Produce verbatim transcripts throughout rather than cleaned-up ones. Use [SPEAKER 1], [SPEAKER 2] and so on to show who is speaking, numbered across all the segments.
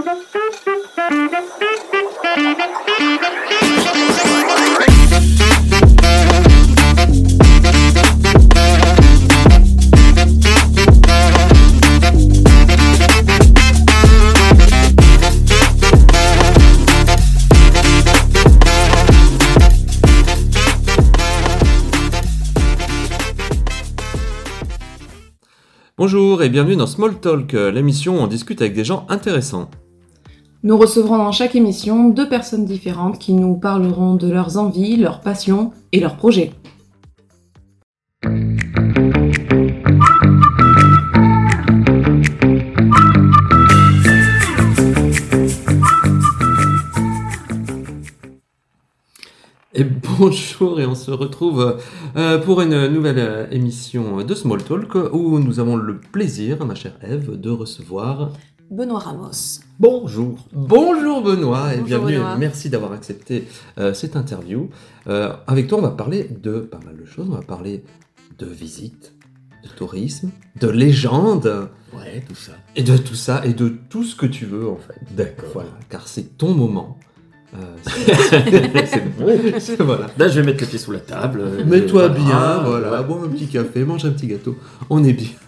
[SPEAKER 1] Bonjour et bienvenue dans Small Talk, l'émission où on discute avec des gens intéressants.
[SPEAKER 2] Nous recevrons dans chaque émission deux personnes différentes qui nous parleront de leurs envies, leurs passions et leurs projets.
[SPEAKER 1] Et bonjour, et on se retrouve euh, pour une nouvelle euh, émission de Small Talk où nous avons le plaisir, ma chère Ève, de recevoir
[SPEAKER 2] Benoît Ramos.
[SPEAKER 1] Bonjour. Bonjour Benoît, et
[SPEAKER 2] Bonjour
[SPEAKER 1] bienvenue.
[SPEAKER 2] Benoît.
[SPEAKER 1] Merci d'avoir accepté euh, cette interview. Euh, avec toi, on va parler de pas mal de choses. On va parler de visite, de tourisme, de légende.
[SPEAKER 3] Ouais, tout ça.
[SPEAKER 1] Et de tout ça, et de tout ce que tu veux en fait.
[SPEAKER 3] D'accord.
[SPEAKER 1] Voilà, car c'est ton moment. Euh, c'est
[SPEAKER 3] C'est bon.
[SPEAKER 1] c'est- voilà.
[SPEAKER 3] Là, je vais mettre le pied sous la table. euh,
[SPEAKER 1] Mets-toi
[SPEAKER 3] je-
[SPEAKER 1] bien,
[SPEAKER 3] Ah,
[SPEAKER 1] voilà,
[SPEAKER 3] ouais.
[SPEAKER 1] bois un petit café, mange un petit gâteau, on est bien.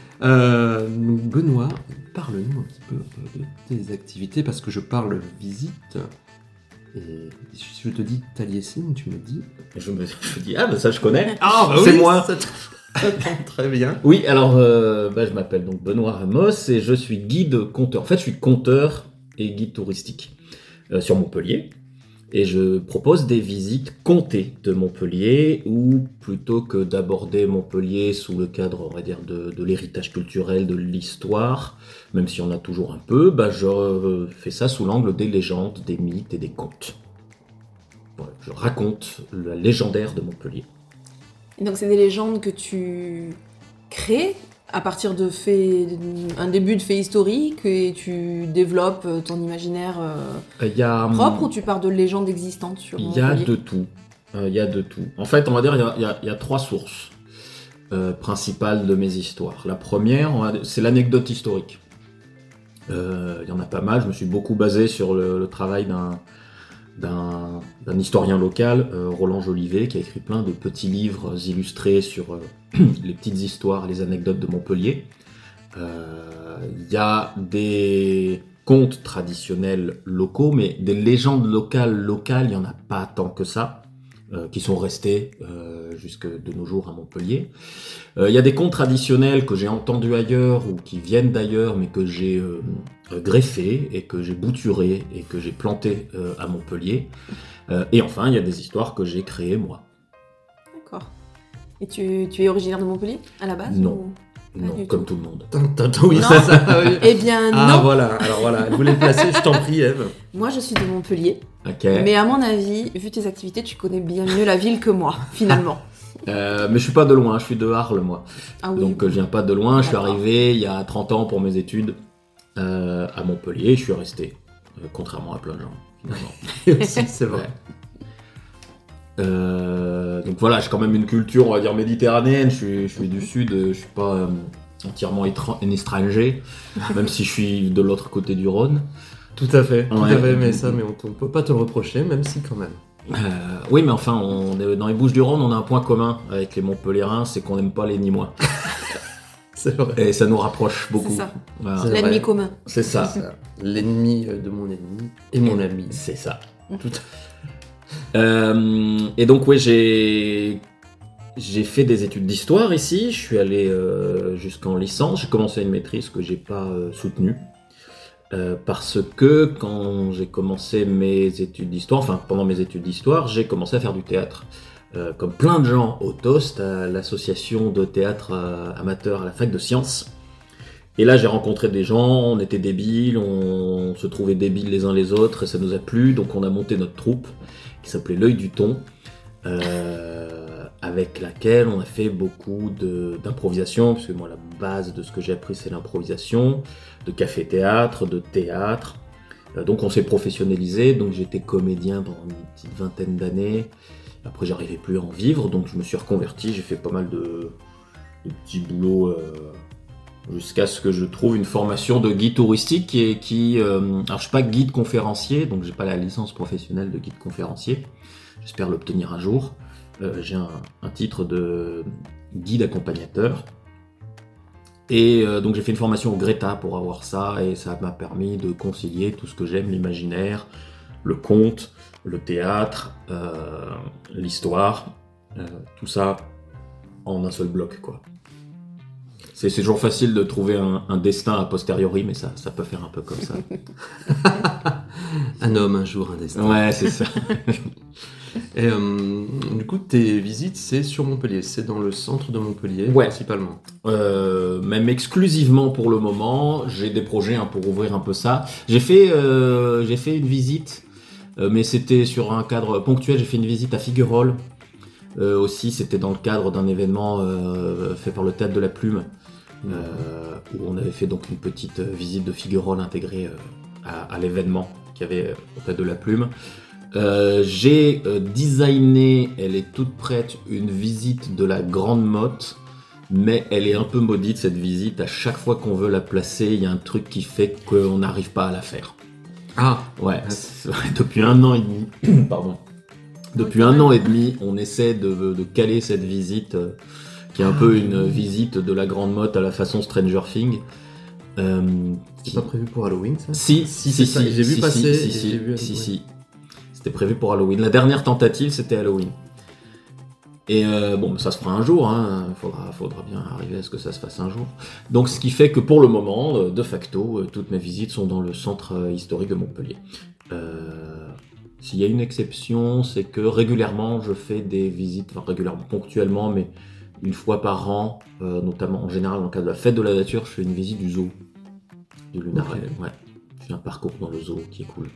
[SPEAKER 1] Euh, donc Benoît, parle-nous un petit peu de tes activités, parce que je parle visite, et si je te dis Taliesin, tu me dis...
[SPEAKER 3] Je me je dis, ah, bah ça, je connais.
[SPEAKER 1] Ah,
[SPEAKER 3] C'est moi.
[SPEAKER 1] ça te- Très bien.
[SPEAKER 3] Oui, alors, euh, bah, je m'appelle donc Benoît Ramos et je suis guide conteur. En fait, je suis conteur et guide touristique euh, sur Montpellier. Et je propose des visites comptées de Montpellier, où plutôt que d'aborder Montpellier sous le cadre, on va dire, de, de l'héritage culturel, de l'histoire, même si on a toujours un peu, bah, je euh, fais ça sous l'angle des légendes, des mythes et des contes. Voilà, je raconte la légendaire de Montpellier.
[SPEAKER 2] Et donc c'est des légendes que tu crées à partir de faits, un début de faits historiques et tu développes ton imaginaire euh,
[SPEAKER 3] Il y a,
[SPEAKER 2] propre ou tu pars de légendes existantes sur
[SPEAKER 3] Il y a
[SPEAKER 2] Montpellier.
[SPEAKER 3] de tout. Euh, Il y a de tout. En fait, on va dire, il y a, il y a- il y a trois sources euh, principales de mes histoires. La première, on va dire, c'est l'anecdote historique. Euh, il y en a pas mal. Je me suis beaucoup basé sur le, le travail d'un, d'un, d'un historien local, euh, Roland Jolivet, qui a écrit plein de petits livres illustrés sur euh, les petites histoires, les anecdotes de Montpellier. Euh, Il y a des contes traditionnels locaux, mais des légendes locales locales, il n'y en a pas tant que ça, euh, qui sont restées euh, jusque de nos jours à Montpellier. Euh, Il y a des contes traditionnels que j'ai entendus ailleurs ou qui viennent d'ailleurs, mais que j'ai euh, greffés et que j'ai bouturés et que j'ai plantés euh, à Montpellier. Euh, et enfin, il y a des histoires que j'ai créées moi.
[SPEAKER 2] D'accord. Et tu, tu es originaire de Montpellier à la base
[SPEAKER 3] Non.
[SPEAKER 2] ou... Pas
[SPEAKER 3] Non,
[SPEAKER 2] du
[SPEAKER 3] comme
[SPEAKER 2] tout.
[SPEAKER 3] tout le monde.
[SPEAKER 1] Tin, tin, tin, oui,
[SPEAKER 2] Non.
[SPEAKER 1] c'est ça, oui.
[SPEAKER 2] Eh bien
[SPEAKER 1] Ah
[SPEAKER 2] non.
[SPEAKER 1] voilà, alors voilà, elle voulait le placer, je t'en prie Ève.
[SPEAKER 2] Moi je suis de Montpellier,
[SPEAKER 3] Ok.
[SPEAKER 2] mais à mon avis, vu tes activités, tu connais bien mieux la ville que moi, finalement.
[SPEAKER 3] Euh, mais je suis pas de loin, je suis de Arles moi.
[SPEAKER 2] Ah oui.
[SPEAKER 3] Donc euh, je viens pas de loin, je suis
[SPEAKER 2] D'accord.
[SPEAKER 3] arrivé il y a trente ans pour mes études euh, à Montpellier, je suis resté, euh, contrairement à plein de gens finalement.
[SPEAKER 1] Si, c'est vrai.
[SPEAKER 3] Ouais. Euh, donc voilà, j'ai quand même une culture, on va dire, méditerranéenne, je suis, je suis du sud, je suis pas euh, entièrement étran- un étranger, même si je suis de l'autre côté du Rhône.
[SPEAKER 1] Tout à fait, tout
[SPEAKER 3] Ouais.
[SPEAKER 1] à fait, mais ça, mais on ne peut pas te le reprocher, même si quand même.
[SPEAKER 3] Euh, oui, mais enfin, on est, dans les Bouches-du-Rhône, on a un point commun avec les Montpelliérains, c'est qu'on n'aime pas les Nîmois.
[SPEAKER 1] C'est vrai.
[SPEAKER 3] Et ça nous rapproche beaucoup.
[SPEAKER 2] C'est ça.
[SPEAKER 3] Voilà.
[SPEAKER 1] C'est
[SPEAKER 2] L'ennemi
[SPEAKER 1] vrai.
[SPEAKER 2] commun.
[SPEAKER 3] C'est ça.
[SPEAKER 1] C'est ça. L'ennemi de mon ennemi et mon ami.
[SPEAKER 3] C'est ça.
[SPEAKER 1] Tout
[SPEAKER 3] Euh, et donc, oui, j'ai j'ai fait des études d'histoire ici. Je suis allé euh, jusqu'en licence. J'ai commencé une maîtrise que j'ai pas euh, soutenue. Euh, parce que quand j'ai commencé mes études d'histoire, enfin pendant mes études d'histoire, j'ai commencé à faire du théâtre. Euh, comme plein de gens au TOST, à l'association de théâtre euh, amateur à la fac de sciences. Et là, j'ai rencontré des gens, on était débiles, on se trouvait débiles les uns les autres, et ça nous a plu, donc on a monté notre troupe, qui s'appelait L'Œil du Thon, euh, avec laquelle on a fait beaucoup de, d'improvisation, parce que moi, la base de ce que j'ai appris, c'est l'improvisation, de café-théâtre, de théâtre. Euh, donc on s'est professionnalisé, donc j'étais comédien pendant une petite vingtaine d'années. Après, j'arrivais plus à en vivre, donc je me suis reconverti, j'ai fait pas mal de, de petits boulots... Euh, jusqu'à ce que je trouve une formation de guide touristique qui est qui. Euh, alors je suis pas guide conférencier, donc j'ai pas la licence professionnelle de guide conférencier. J'espère l'obtenir un jour. Euh, j'ai un, un titre de guide accompagnateur. Et euh, donc j'ai fait une formation au Greta pour avoir ça, et ça m'a permis de concilier tout ce que j'aime, l'imaginaire, le conte, le théâtre, euh, l'histoire, euh, tout ça en un seul bloc, quoi. C'est, c'est toujours facile de trouver un, un destin a posteriori, mais ça, ça peut faire un peu comme ça.
[SPEAKER 1] Un homme, un jour, un destin.
[SPEAKER 3] Ouais, c'est ça.
[SPEAKER 1] Et euh, du coup, tes visites, c'est sur Montpellier, c'est dans le centre de Montpellier,
[SPEAKER 3] Ouais.
[SPEAKER 1] principalement.
[SPEAKER 3] Euh, même exclusivement pour le moment, j'ai des projets hein, pour ouvrir un peu ça. J'ai fait, euh, j'ai fait une visite, euh, mais c'était sur un cadre ponctuel. J'ai fait une visite à Figuerolles. Euh, aussi, c'était dans le cadre d'un événement euh, fait par le Théâtre de la Plume, euh, où on avait fait donc une petite visite de Figuerolles intégrée euh, à, à l'événement qu'il y avait au Théâtre de la Plume. Euh, j'ai euh, designé, elle est toute prête, une visite de la Grande Motte, mais elle est un peu maudite cette visite. À chaque fois qu'on veut la placer, il y a un truc qui fait qu'on n'arrive pas à la faire.
[SPEAKER 1] Ah,
[SPEAKER 3] Ouais, c'est vrai, depuis un an et demi, pardon. Depuis un an et demi, on essaie de, de caler cette visite, euh, qui est un peu une visite de la Grande Motte à la façon Stranger Things. Euh,
[SPEAKER 1] c'est
[SPEAKER 3] qui-
[SPEAKER 1] pas prévu pour Halloween, ça?
[SPEAKER 3] Si,
[SPEAKER 1] Si,
[SPEAKER 3] si,
[SPEAKER 1] c'est
[SPEAKER 3] si,
[SPEAKER 1] ça, j'ai vu
[SPEAKER 3] si,
[SPEAKER 1] passer
[SPEAKER 3] si,
[SPEAKER 1] et
[SPEAKER 3] si,
[SPEAKER 1] j'ai vu-
[SPEAKER 3] si,
[SPEAKER 1] ouais.
[SPEAKER 3] si. C'était prévu pour Halloween. La dernière tentative, c'était Halloween. Et euh, bon, ça se fera un jour, hein. Faudra, faudra bien arriver à ce que ça se fasse un jour. Donc, ce qui fait que pour le moment, euh, de facto, euh, toutes mes visites sont dans le centre euh, historique de Montpellier. Euh, S'il y a une exception, c'est que régulièrement, je fais des visites, enfin régulièrement, ponctuellement, mais une fois par an, euh, notamment en général dans le cadre de la fête de la nature, je fais une visite du zoo, du Lunaret.
[SPEAKER 1] Ok.
[SPEAKER 3] Ouais. Je fais un parcours dans le zoo qui est cool.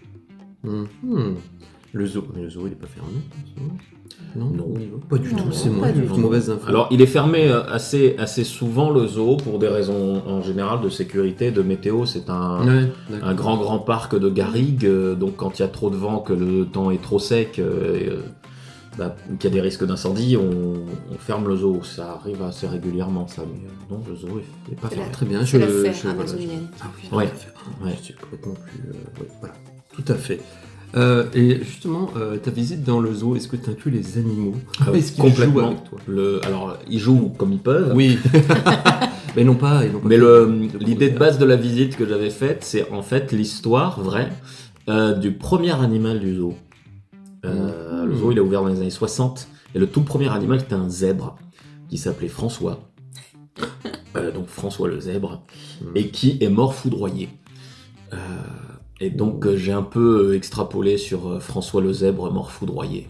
[SPEAKER 1] Mhm. Le zoo, mais le zoo, il est pas fermé en ce moment? Non,
[SPEAKER 3] Non.
[SPEAKER 1] il va pas du
[SPEAKER 2] Non,
[SPEAKER 1] tout, c'est
[SPEAKER 2] pas
[SPEAKER 1] moi,
[SPEAKER 2] du
[SPEAKER 1] une
[SPEAKER 2] tout.
[SPEAKER 1] mauvaise info.
[SPEAKER 3] Alors, il est fermé euh, assez, assez souvent, le zoo, pour des raisons en général de sécurité, de météo. C'est un,
[SPEAKER 1] Ouais, d'accord.
[SPEAKER 3] un grand, grand parc de garrigues. euh, donc, quand il y a trop de vent, que le temps est trop sec, euh, et, euh, bah, qu'il y a des risques d'incendie, on, on ferme le zoo. Ça arrive assez régulièrement, ça. Mais euh, non, le zoo est, est pas
[SPEAKER 2] C'est
[SPEAKER 3] fermé.
[SPEAKER 2] la-
[SPEAKER 1] Très bien,
[SPEAKER 2] C'est
[SPEAKER 1] je
[SPEAKER 2] la
[SPEAKER 1] le.
[SPEAKER 2] serre
[SPEAKER 1] je- voilà,
[SPEAKER 2] amazonienne.
[SPEAKER 1] je- Ah oui,
[SPEAKER 3] Ouais.
[SPEAKER 1] tout à fait.
[SPEAKER 3] Ouais.
[SPEAKER 1] Je suis complètement plus. euh, ouais, voilà, tout à fait. Euh, et justement, euh, ta visite dans le zoo, est-ce que tu inclus les animaux?
[SPEAKER 3] Ah,
[SPEAKER 1] Est-ce qu'ils jouent
[SPEAKER 3] complètement.
[SPEAKER 1] avec toi?
[SPEAKER 3] Le, alors, ils jouent comme ils peuvent.
[SPEAKER 1] Oui. Mais non pas. Ils n'ont pas
[SPEAKER 3] Mais
[SPEAKER 1] fait
[SPEAKER 3] le,
[SPEAKER 1] de
[SPEAKER 3] l'idée de
[SPEAKER 1] concert.
[SPEAKER 3] base de la visite que j'avais faite, c'est en fait l'histoire vraie euh, du premier animal du zoo. Euh,
[SPEAKER 1] Mhm.
[SPEAKER 3] Le zoo, il a ouvert dans les années soixante, et le tout premier animal, c'était un zèbre qui s'appelait François. Euh, donc François le zèbre,
[SPEAKER 1] Mhm.
[SPEAKER 3] et qui est mort foudroyé. Euh, et donc euh, j'ai un peu euh, extrapolé sur euh, François le zèbre mort foudroyé.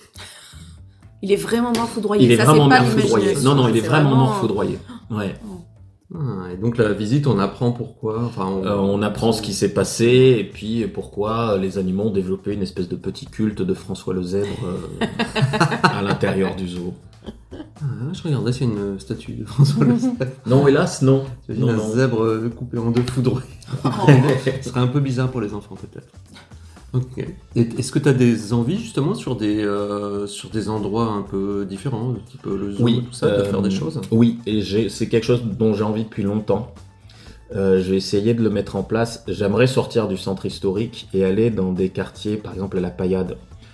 [SPEAKER 2] Il est vraiment mort foudroyé.
[SPEAKER 3] Il est
[SPEAKER 2] Ça,
[SPEAKER 3] vraiment
[SPEAKER 2] c'est pas
[SPEAKER 3] mort foudroyé.
[SPEAKER 2] l'imagination,
[SPEAKER 3] Non, non, il est
[SPEAKER 2] c'est
[SPEAKER 3] vraiment mort foudroyé. Ouais.
[SPEAKER 1] Ah, et donc la visite, on apprend pourquoi. Enfin, on,
[SPEAKER 3] Euh, on apprend ce qui s'est passé et puis pourquoi les animaux ont développé une espèce de petit culte de François le zèbre euh, à l'intérieur du zoo.
[SPEAKER 1] Ah, je regardais s'il y a une statue de François le zèbre.
[SPEAKER 3] Non, hélas, non.
[SPEAKER 1] T'imagines
[SPEAKER 3] Non,
[SPEAKER 1] un
[SPEAKER 3] non.
[SPEAKER 1] zèbre euh, coupé en deux foudroyé.
[SPEAKER 2] Oh.
[SPEAKER 1] Ce serait un peu bizarre pour les enfants peut-être. Ok. Et est-ce que tu as des envies justement sur des, euh, sur des endroits un peu différents, type le zoo,
[SPEAKER 3] Oui,
[SPEAKER 1] tout ça, de
[SPEAKER 3] euh,
[SPEAKER 1] faire des choses?
[SPEAKER 3] Oui, et j'ai- c'est quelque chose dont j'ai envie depuis longtemps. Euh, je vais essayer de le mettre en place. J'aimerais sortir du centre historique et aller dans des quartiers, par exemple à la Paillade.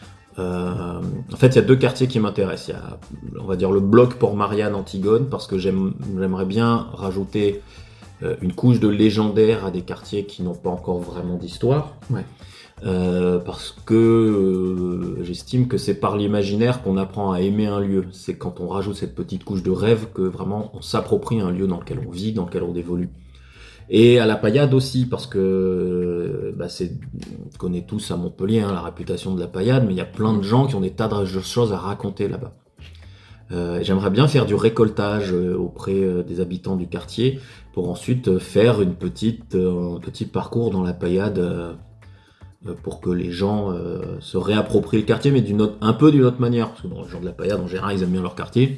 [SPEAKER 3] Euh, en fait, il y a deux quartiers qui m'intéressent. Il y a, on va dire, le bloc Port-Marianne, Antigone, parce que j'aime, j'aimerais bien rajouter euh, une couche de légendaire à des quartiers qui n'ont pas encore vraiment d'histoire.
[SPEAKER 1] Ouais.
[SPEAKER 3] Euh, parce que euh, j'estime que c'est par l'imaginaire qu'on apprend à aimer un lieu. C'est quand on rajoute cette petite couche de rêve que vraiment on s'approprie un lieu dans lequel on vit, dans lequel on évolue. Et à la Paillade aussi, parce que bah c'est, on connaît tous à Montpellier hein, la réputation de la Paillade, mais il y a plein de gens qui ont des tas de choses à raconter là-bas. Euh, j'aimerais bien faire du récoltage euh, auprès euh, des habitants du quartier pour ensuite euh, faire une petite, euh, un petit parcours dans la Paillade euh, euh, pour que les gens euh, se réapproprient le quartier, mais d'une autre, un peu d'une autre manière. Parce que bon, les gens de la Paillade, en général, ils aiment bien leur quartier.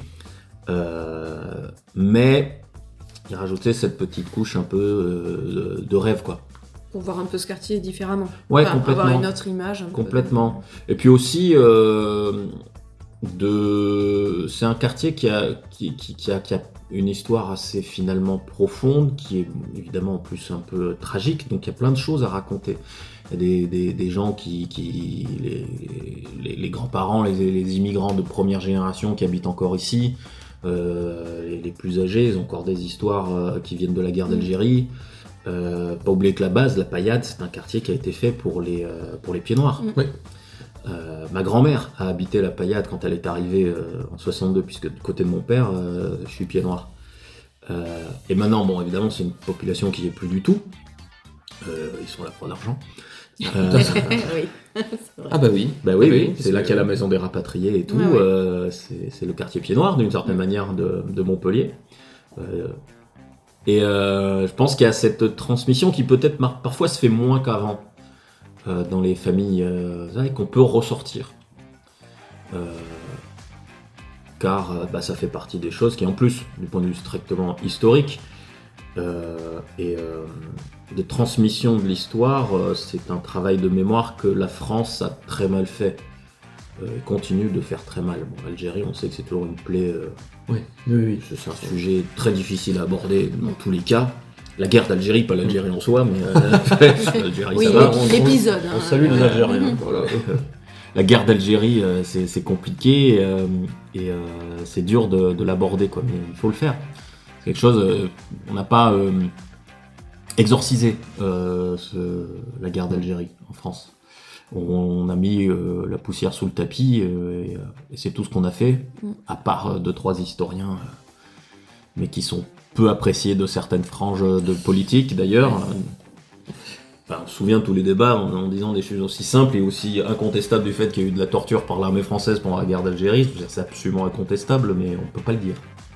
[SPEAKER 3] Euh, mais y rajouter cette petite couche un peu euh, de, de rêve, quoi.
[SPEAKER 2] Pour voir un peu ce quartier différemment.
[SPEAKER 3] Ouais,
[SPEAKER 2] Enfin,
[SPEAKER 3] complètement.
[SPEAKER 2] avoir une autre image. un peu.
[SPEAKER 3] Complètement. Et puis aussi, euh, de... C'est un quartier qui a, qui, qui, qui a, qui a une histoire assez finalement profonde, qui est évidemment en plus un peu tragique, donc il y a plein de choses à raconter. Il y a des, des, des gens qui... qui les, les, les grands-parents, les, les immigrants de première génération qui habitent encore ici, euh, les, les plus âgés, ils ont encore des histoires euh, qui viennent de la guerre d'Algérie. Euh, pas oublier que la base, la Paillade, c'est un quartier qui a été fait pour les, euh, pour les pieds noirs.
[SPEAKER 1] Oui.
[SPEAKER 3] Euh, ma grand-mère a habité la Paillade quand elle est arrivée euh, en soixante-deux, puisque du côté de mon père, euh, je suis pied noir. Euh, et maintenant, bon, évidemment, c'est une population qui n'y est plus du tout. Euh, ils sont là pour l'argent. Euh,
[SPEAKER 2] oui, c'est vrai.
[SPEAKER 1] Ah bah oui.
[SPEAKER 3] bah oui,
[SPEAKER 1] Ah
[SPEAKER 3] oui,
[SPEAKER 1] oui,
[SPEAKER 3] c'est
[SPEAKER 1] parce
[SPEAKER 3] là
[SPEAKER 1] que-
[SPEAKER 3] qu'il y a la maison des rapatriés et tout.
[SPEAKER 2] Ouais, ouais.
[SPEAKER 3] Euh, c'est, c'est le quartier pied noir, d'une certaine
[SPEAKER 2] Mm.
[SPEAKER 3] manière, de, de Montpellier. Euh, et euh, je pense qu'il y a cette transmission qui peut-être mar- parfois se fait moins qu'avant euh, dans les familles, euh, et qu'on peut ressortir. Euh, car euh, bah, ça fait partie des choses qui, en plus, du point de vue strictement historique, euh, et euh, de transmission de l'histoire, euh, c'est un travail de mémoire que la France a très mal fait, euh, et continue de faire très mal. Bon, l'Algérie, on sait que c'est toujours une plaie, euh,
[SPEAKER 1] Oui, oui, oui.
[SPEAKER 3] c'est c'est un sujet très difficile à aborder dans tous les cas. La guerre d'Algérie, pas l'Algérie en soi, mais euh, l'Algérie,
[SPEAKER 2] Oui,
[SPEAKER 3] ça va.
[SPEAKER 2] l'ép-
[SPEAKER 1] on-
[SPEAKER 2] l'épisode.
[SPEAKER 1] On
[SPEAKER 2] hein.
[SPEAKER 1] salue les
[SPEAKER 2] Ouais.
[SPEAKER 1] Algériens.
[SPEAKER 2] Mhm.
[SPEAKER 1] Voilà.
[SPEAKER 3] La guerre d'Algérie, euh, c'est c'est compliqué euh, et euh, c'est dur de, de l'aborder, quoi, mais il faut le faire. C'est quelque chose, euh, on n'a pas euh, exorcisé euh, ce- la guerre d'Algérie en France. On, on a mis euh, la poussière sous le tapis euh, et, euh, et c'est tout ce qu'on a fait,
[SPEAKER 2] Mm.
[SPEAKER 3] à part euh, deux trois historiens, euh, mais qui sont peu appréciés de certaines franges de politique d'ailleurs. Enfin, on se souvient de tous les débats en, en disant des choses aussi simples et aussi incontestables du fait qu'il y a eu de la torture par l'armée française pendant la guerre d'Algérie. Je veux dire, c'est absolument incontestable, mais on peut pas le dire.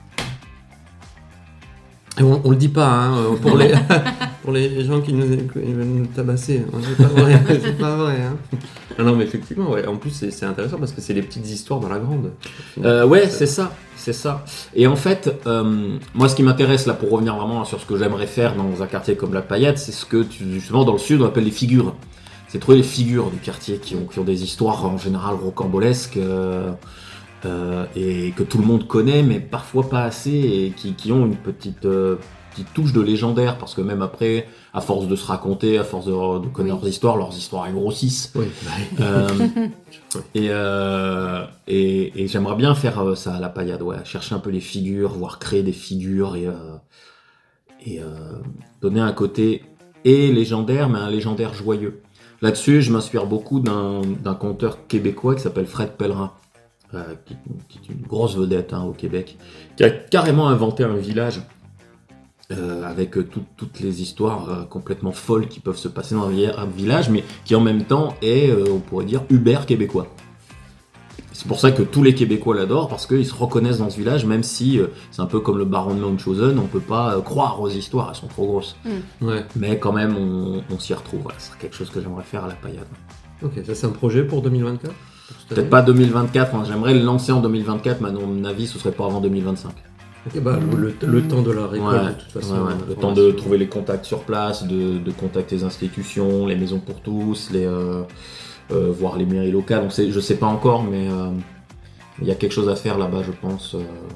[SPEAKER 1] Et on, on le dit pas, hein, euh, pour les pour les gens qui nous qui veulent nous tabasser. hein, C'est pas vrai, c'est pas vrai. Hein. Ah non, mais effectivement, ouais. En plus, c'est c'est intéressant parce que c'est les petites histoires dans la grande.
[SPEAKER 3] Euh, ouais, c'est ça, c'est ça. Et en fait, euh, moi, ce qui m'intéresse là, pour revenir vraiment sur ce que j'aimerais faire dans un quartier comme la Paillade, c'est ce que tu, justement dans le sud on appelle les figures. C'est trouver les figures du quartier qui ont, qui ont des histoires en général rocambolesques. Euh, euh, et que tout le monde connaît, mais parfois pas assez, et qui, qui ont une petite, euh, petite touche de légendaire, parce que même après, à force de se raconter, à force de, de connaître
[SPEAKER 2] Oui.
[SPEAKER 3] leurs histoires, leurs histoires elles grossissent.
[SPEAKER 1] Oui.
[SPEAKER 3] Euh, et, euh, et, et j'aimerais bien faire euh, ça à la Paillade, ouais, chercher un peu les figures, voire créer des figures, et, euh, et euh, donner un côté et légendaire, mais un légendaire joyeux. Là-dessus, je m'inspire beaucoup d'un, d'un conteur québécois qui s'appelle Fred Pellerin. Euh, qui, qui est une grosse vedette hein, au Québec, qui a carrément inventé un village euh, avec euh, tout, toutes les histoires euh, complètement folles qui peuvent se passer dans un, vi- un village, mais qui en même temps est, euh, on pourrait dire, Uber québécois. C'est pour ça que tous les Québécois l'adorent, parce qu'ils se reconnaissent dans ce village, même si euh, c'est un peu comme le baron de Munchausen, on peut pas euh, croire aux histoires, elles sont trop grosses.
[SPEAKER 1] Ouais.
[SPEAKER 3] Mais quand même, on, on s'y retrouve. Voilà, c'est quelque chose que j'aimerais faire à la Paillade.
[SPEAKER 1] Ok, ça c'est un projet pour deux mille vingt-quatre. Pour cette
[SPEAKER 3] Peut-être
[SPEAKER 1] année
[SPEAKER 3] pas deux mille vingt-quatre, hein, j'aimerais le lancer en deux mille vingt-quatre, mais à mon avis, ce serait pas avant deux mille vingt-cinq.
[SPEAKER 1] Ok, bah, le, le temps de la récolte,
[SPEAKER 3] Ouais,
[SPEAKER 1] de toute façon.
[SPEAKER 3] ouais, ouais.
[SPEAKER 1] euh,
[SPEAKER 3] Le
[SPEAKER 1] pour
[SPEAKER 3] temps
[SPEAKER 1] la
[SPEAKER 3] de
[SPEAKER 1] suite.
[SPEAKER 3] trouver les contacts sur place, de, de contacter les institutions, les maisons pour tous, les, euh, euh, voir les mairies locales. On sait, je sais pas encore, mais euh, il y a quelque chose à faire là-bas, je pense. euh,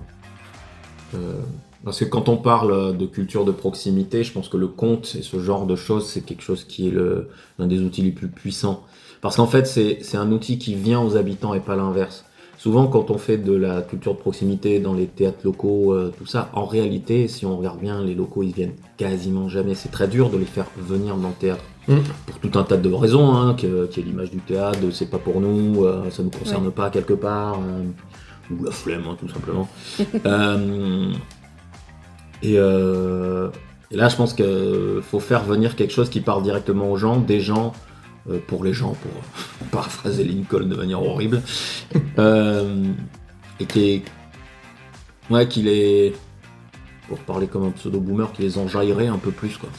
[SPEAKER 3] euh, parce que quand on parle de culture de proximité, je pense que le conte et ce genre de choses, c'est quelque chose qui est le, l'un des outils les plus puissants. Parce qu'en fait, c'est, c'est un outil qui vient aux habitants et pas l'inverse. Souvent, quand on fait de la culture de proximité dans les théâtres locaux, euh, tout ça, en réalité, si on regarde bien, les locaux, ils viennent quasiment jamais. C'est très dur de les faire venir dans le théâtre.
[SPEAKER 1] Mm.
[SPEAKER 3] Pour tout un tas de raisons, hein, que- qui est l'image du théâtre, de c'est pas pour nous, euh, ça nous concerne
[SPEAKER 2] Ouais.
[SPEAKER 3] pas quelque part, euh, ou la flemme, hein, tout simplement. euh, et, euh, et là, je pense qu'il faut faire venir quelque chose qui parle directement aux gens, des gens, euh, pour les gens, pour euh, paraphraser Lincoln de manière horrible, euh, et qui est, ouais, qui les, pour parler comme un pseudo-boomer, qui les enjaillerait un peu plus, quoi.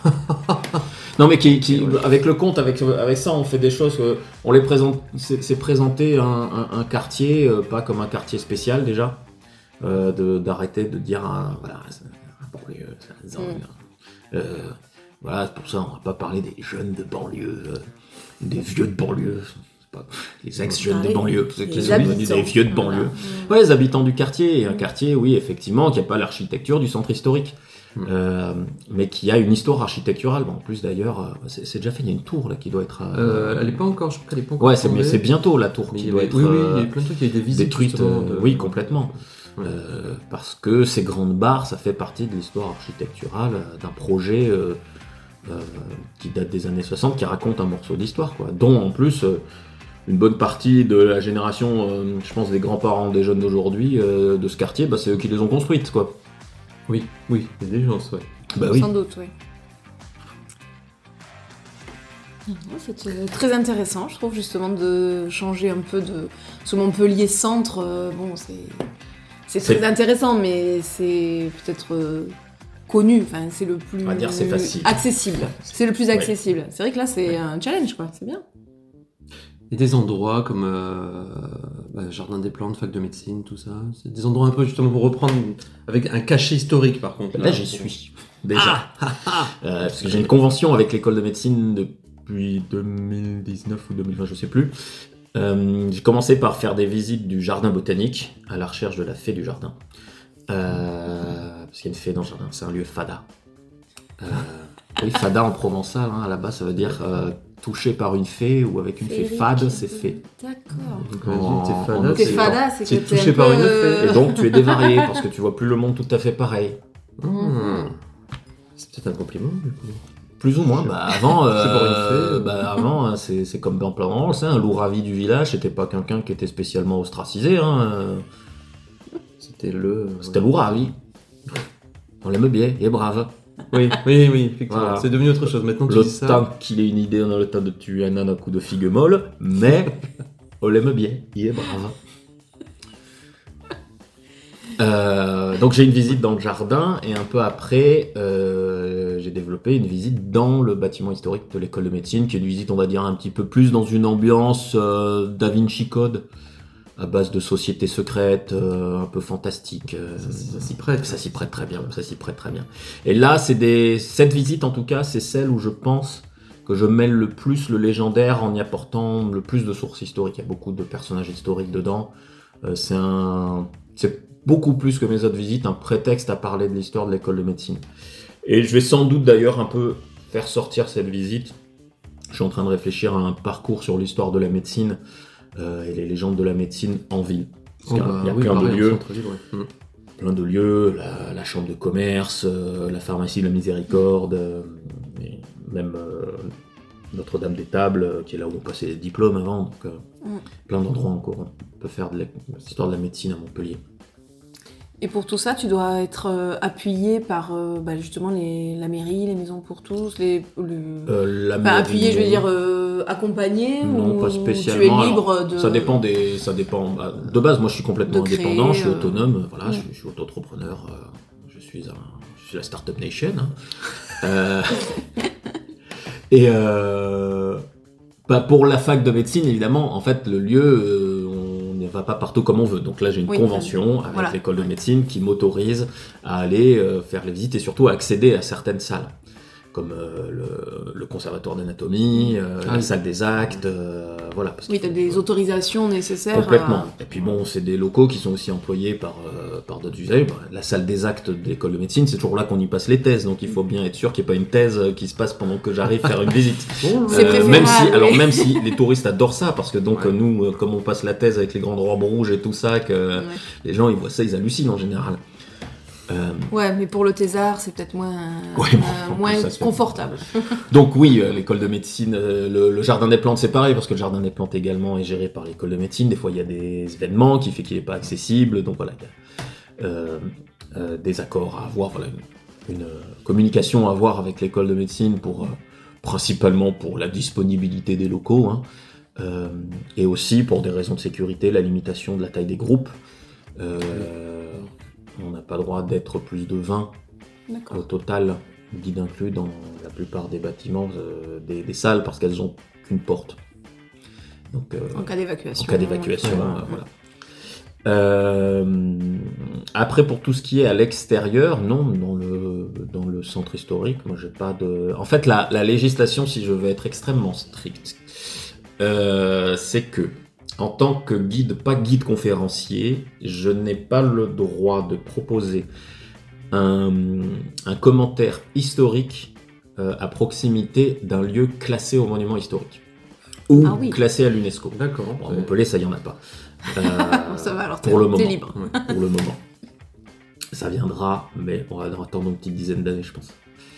[SPEAKER 3] Non, mais qui, qui, avec le conte, avec, avec ça, on fait des choses, euh, on les présente, c'est, c'est présenter un, un, un quartier, euh, pas comme un quartier spécial déjà, euh, de, d'arrêter de dire, un, voilà, c'est un banlieue, c'est un zone,
[SPEAKER 2] Mm.
[SPEAKER 3] euh, voilà, c'est pour ça on va pas parler des jeunes de banlieue, euh, des vieux de banlieue, c'est pas, les ex-jeunes
[SPEAKER 2] Ah,
[SPEAKER 3] de banlieue,
[SPEAKER 2] les
[SPEAKER 3] les, les, les vieux de banlieue.
[SPEAKER 2] Voilà.
[SPEAKER 3] Ouais, les habitants du quartier, et un quartier, oui, effectivement, qui n'a pas l'architecture du centre historique,
[SPEAKER 1] Mmh.
[SPEAKER 3] euh, mais qui a une histoire architecturale. Bon, en plus, d'ailleurs, c'est, c'est déjà fait, il y a une tour là qui doit être... Euh...
[SPEAKER 1] Euh, elle est pas encore, je crois qu'elle est pas encore
[SPEAKER 3] Ouais, c'est, mais
[SPEAKER 1] tombée.
[SPEAKER 3] c'est bientôt la tour
[SPEAKER 1] Mais
[SPEAKER 3] qui
[SPEAKER 1] il y
[SPEAKER 3] doit
[SPEAKER 1] avait-
[SPEAKER 3] être
[SPEAKER 1] Oui, oui,
[SPEAKER 3] euh,
[SPEAKER 1] il y a eu plein de trucs, il y a eu des visites.
[SPEAKER 3] détruite.
[SPEAKER 1] justement,
[SPEAKER 3] euh,
[SPEAKER 1] de-
[SPEAKER 3] Oui, complètement.
[SPEAKER 1] Ouais.
[SPEAKER 3] Euh, parce que ces grandes barres, ça fait partie de l'histoire architecturale euh, d'un projet euh, euh, qui date des années soixante, qui raconte un morceau d'histoire, quoi, dont en plus euh, une bonne partie de la génération, euh, je pense des grands-parents des jeunes d'aujourd'hui, euh, de ce quartier, bah, c'est eux qui les ont construites, quoi.
[SPEAKER 1] Oui, oui, il y a des gens, ouais.
[SPEAKER 3] Bah oui.
[SPEAKER 2] Sans doute, oui. C'est euh, très intéressant, je trouve, justement, de changer un peu de... Ce Montpellier centre, euh, bon, c'est... C'est très
[SPEAKER 3] C'est-
[SPEAKER 2] intéressant, mais c'est peut-être euh, connu, enfin, c'est le plus...
[SPEAKER 3] On va dire c'est facile.
[SPEAKER 2] Accessible. C'est le plus
[SPEAKER 3] Ouais.
[SPEAKER 2] accessible. C'est vrai que là, c'est un challenge, quoi, c'est bien.
[SPEAKER 1] Et des endroits comme euh, bah, Jardin des Plantes, Fac de médecine, tout ça. C'est des endroits un peu justement pour reprendre avec un cachet historique par contre.
[SPEAKER 3] Là, j'y suis, déjà. Euh, parce que j'ai une convention avec l'école de médecine depuis deux mille dix-neuf ou deux mille vingt, je sais plus. Euh, j'ai commencé par faire des visites du jardin botanique à la recherche de la fée du jardin. Euh, parce qu'il y a une fée dans le jardin, c'est un lieu fada. Euh, oui, fada en provençal, hein, à la base, ça veut dire euh, touché par une fée ou avec une fée fade, c'est fée.
[SPEAKER 2] D'accord.
[SPEAKER 1] Donc, imagine,
[SPEAKER 3] En-
[SPEAKER 1] t'es
[SPEAKER 3] en
[SPEAKER 1] fada,
[SPEAKER 2] T'es
[SPEAKER 3] c'est-
[SPEAKER 2] fada, c'est
[SPEAKER 1] c'est
[SPEAKER 2] que t'es
[SPEAKER 1] touché
[SPEAKER 2] un
[SPEAKER 1] par
[SPEAKER 2] peu,
[SPEAKER 1] une
[SPEAKER 2] euh,
[SPEAKER 1] fée.
[SPEAKER 3] Et donc, tu es dévarié parce que tu vois plus le monde tout à fait pareil.
[SPEAKER 1] Hmm. C'est peut-être un compliment du coup.
[SPEAKER 3] Plus ou moins. Bah, avant,
[SPEAKER 1] C'est pour une
[SPEAKER 3] euh,
[SPEAKER 1] fée.
[SPEAKER 3] bah, avant hein, c'est, c'est comme dans Provence, hein, un loup ravi du village, c'était pas quelqu'un qui était spécialement ostracisé. Hein, euh,
[SPEAKER 1] C'était le.
[SPEAKER 3] c'était loup ravi. On l'aime bien, il est brave.
[SPEAKER 1] Oui, oui, oui, effectivement.
[SPEAKER 3] Voilà.
[SPEAKER 1] C'est devenu autre chose. Maintenant, tu
[SPEAKER 3] Le
[SPEAKER 1] dis ça.
[SPEAKER 3] temps qu'il ait une idée, on a le temps de tuer un âne à coup de figue molle, mais on l'aime bien, il est brave. Euh, donc j'ai une visite dans le jardin et un peu après euh, j'ai développé une visite dans le bâtiment historique de l'école de médecine, qui est une visite on va dire un petit peu plus dans une ambiance euh, Da Vinci Code à base de sociétés secrètes, euh, un peu fantastique. euh,
[SPEAKER 1] Ça, ça s'y prête.
[SPEAKER 3] ça s'y prête très bien, ça s'y prête très bien. Et là, c'est des cette visite en tout cas, c'est celle où je pense que je mêle le plus le légendaire en y apportant le plus de sources historiques. Il y a beaucoup de personnages historiques dedans. Euh, c'est un, c'est beaucoup plus que mes autres visites, un prétexte à parler de l'histoire de l'école de médecine. Et je vais sans doute d'ailleurs un peu faire sortir cette visite. Je suis en train de réfléchir à un parcours sur l'histoire de la médecine euh, et les légendes de la médecine en ville. Parce
[SPEAKER 1] Oh,
[SPEAKER 3] qu'il y a,
[SPEAKER 1] bah,
[SPEAKER 3] il y a
[SPEAKER 1] oui,
[SPEAKER 3] plein
[SPEAKER 1] pareil,
[SPEAKER 3] de
[SPEAKER 1] en
[SPEAKER 3] lieux.
[SPEAKER 1] centre-ville, ouais. Hmm.
[SPEAKER 3] plein de lieux, la, la chambre de commerce, euh, la pharmacie de la Miséricorde, euh, et même euh, Notre-Dame des Tables, euh, qui est là où on passait les diplômes avant, donc euh,
[SPEAKER 2] Mm.
[SPEAKER 3] plein d'endroits encore. On peut faire de la- l'histoire de la médecine à Montpellier.
[SPEAKER 2] Et pour tout ça, tu dois être euh, appuyé par euh, bah, justement les, la mairie, les maisons pour tous, les, le...
[SPEAKER 3] Euh, la
[SPEAKER 2] Enfin,
[SPEAKER 3] mairie,
[SPEAKER 2] appuyé, je veux
[SPEAKER 3] non.
[SPEAKER 2] dire euh, accompagné
[SPEAKER 3] Non,
[SPEAKER 2] ou
[SPEAKER 3] pas
[SPEAKER 2] tu es
[SPEAKER 3] spécialement.
[SPEAKER 2] libre
[SPEAKER 3] Alors,
[SPEAKER 2] de...
[SPEAKER 3] Ça dépend des, ça dépend. bah, De base, moi, je suis complètement
[SPEAKER 2] de créer,
[SPEAKER 3] indépendant, je suis
[SPEAKER 2] euh,
[SPEAKER 3] autonome. Voilà,
[SPEAKER 2] mm.
[SPEAKER 3] je, suis- je suis auto-entrepreneur. euh, je suis un, je suis la startup nation. hein. Euh, et euh, bah, pour la fac de médecine, évidemment, en fait, le lieu, euh, on ne va pas partout comme on veut. Donc là, j'ai une
[SPEAKER 2] Oui,
[SPEAKER 3] convention avec
[SPEAKER 2] voilà.
[SPEAKER 3] l'école de médecine qui m'autorise à aller euh, faire les visites et surtout à accéder à certaines salles, comme euh, le, le conservatoire d'anatomie, euh,
[SPEAKER 1] Ah
[SPEAKER 3] la
[SPEAKER 1] oui.
[SPEAKER 3] salle des actes, euh, voilà. Parce
[SPEAKER 2] Oui,
[SPEAKER 3] qu'il
[SPEAKER 2] tu as
[SPEAKER 3] faut-
[SPEAKER 2] des autorisations nécessaires.
[SPEAKER 3] Complètement.
[SPEAKER 2] à-
[SPEAKER 3] Et puis bon, c'est des locaux qui sont aussi employés par, euh, par d'autres usagers. Bah, la salle des actes de l'école de médecine, c'est toujours là qu'on y passe les thèses, donc il faut bien être sûr qu'il n'y ait pas une thèse euh, qui se passe pendant que j'arrive faire une visite.
[SPEAKER 1] Bon,
[SPEAKER 2] C'est
[SPEAKER 1] euh,
[SPEAKER 2] préférable.
[SPEAKER 3] même si, alors
[SPEAKER 2] oui.
[SPEAKER 3] même si les touristes adorent ça, parce que donc
[SPEAKER 1] Ouais.
[SPEAKER 3] euh, nous, euh, comme on passe la thèse avec les grandes robes rouges et tout ça, que
[SPEAKER 2] Ouais.
[SPEAKER 3] les gens ils voient ça, ils hallucinent en général. Euh,
[SPEAKER 2] Ouais, mais pour le thésard, c'est peut-être moins,
[SPEAKER 3] Ouais, bon,
[SPEAKER 2] euh,
[SPEAKER 3] en plus,
[SPEAKER 2] moins
[SPEAKER 3] ça se fait.
[SPEAKER 2] confortable.
[SPEAKER 3] Donc oui, euh, l'école de médecine, euh, le, le jardin des plantes c'est pareil, parce que le jardin des plantes également est géré par l'école de médecine. Des fois il y a des événements qui fait qu'il n'est pas accessible, donc voilà, il y a euh, euh, des accords à avoir, voilà, une, une, euh, communication à avoir avec l'école de médecine pour euh, principalement pour la disponibilité des locaux, hein, euh, et aussi pour des raisons de sécurité, la limitation de la taille des groupes. Euh, on n'a pas le droit d'être plus de vingt au
[SPEAKER 2] D'accord.
[SPEAKER 3] total, guide inclus dans la plupart des bâtiments, euh, des, des salles, parce qu'elles ont qu'une porte. Donc, euh,
[SPEAKER 2] En cas d'évacuation.
[SPEAKER 3] en cas d'évacuation,
[SPEAKER 1] Ouais,
[SPEAKER 3] euh, voilà. Euh, après, pour tout ce qui est à l'extérieur, non, dans le, dans le centre historique, moi j'ai pas de. En fait, la, la législation, si je veux être extrêmement strict, euh, c'est que, en tant que guide, pas guide conférencier, je n'ai pas le droit de proposer un, un commentaire historique euh, à proximité d'un lieu classé au monument historique. Ou
[SPEAKER 2] Ah oui.
[SPEAKER 3] classé à l'UNESCO.
[SPEAKER 1] D'accord.
[SPEAKER 3] Bon, à Montpellier, ça y en a pas. Euh,
[SPEAKER 2] Ça va, alors
[SPEAKER 3] pour
[SPEAKER 2] t'es,
[SPEAKER 3] le
[SPEAKER 2] t'es
[SPEAKER 3] moment.
[SPEAKER 2] libre.
[SPEAKER 1] Ouais.
[SPEAKER 3] Pour le moment. Ça viendra, mais on va attendre une petite dizaine d'années, je pense.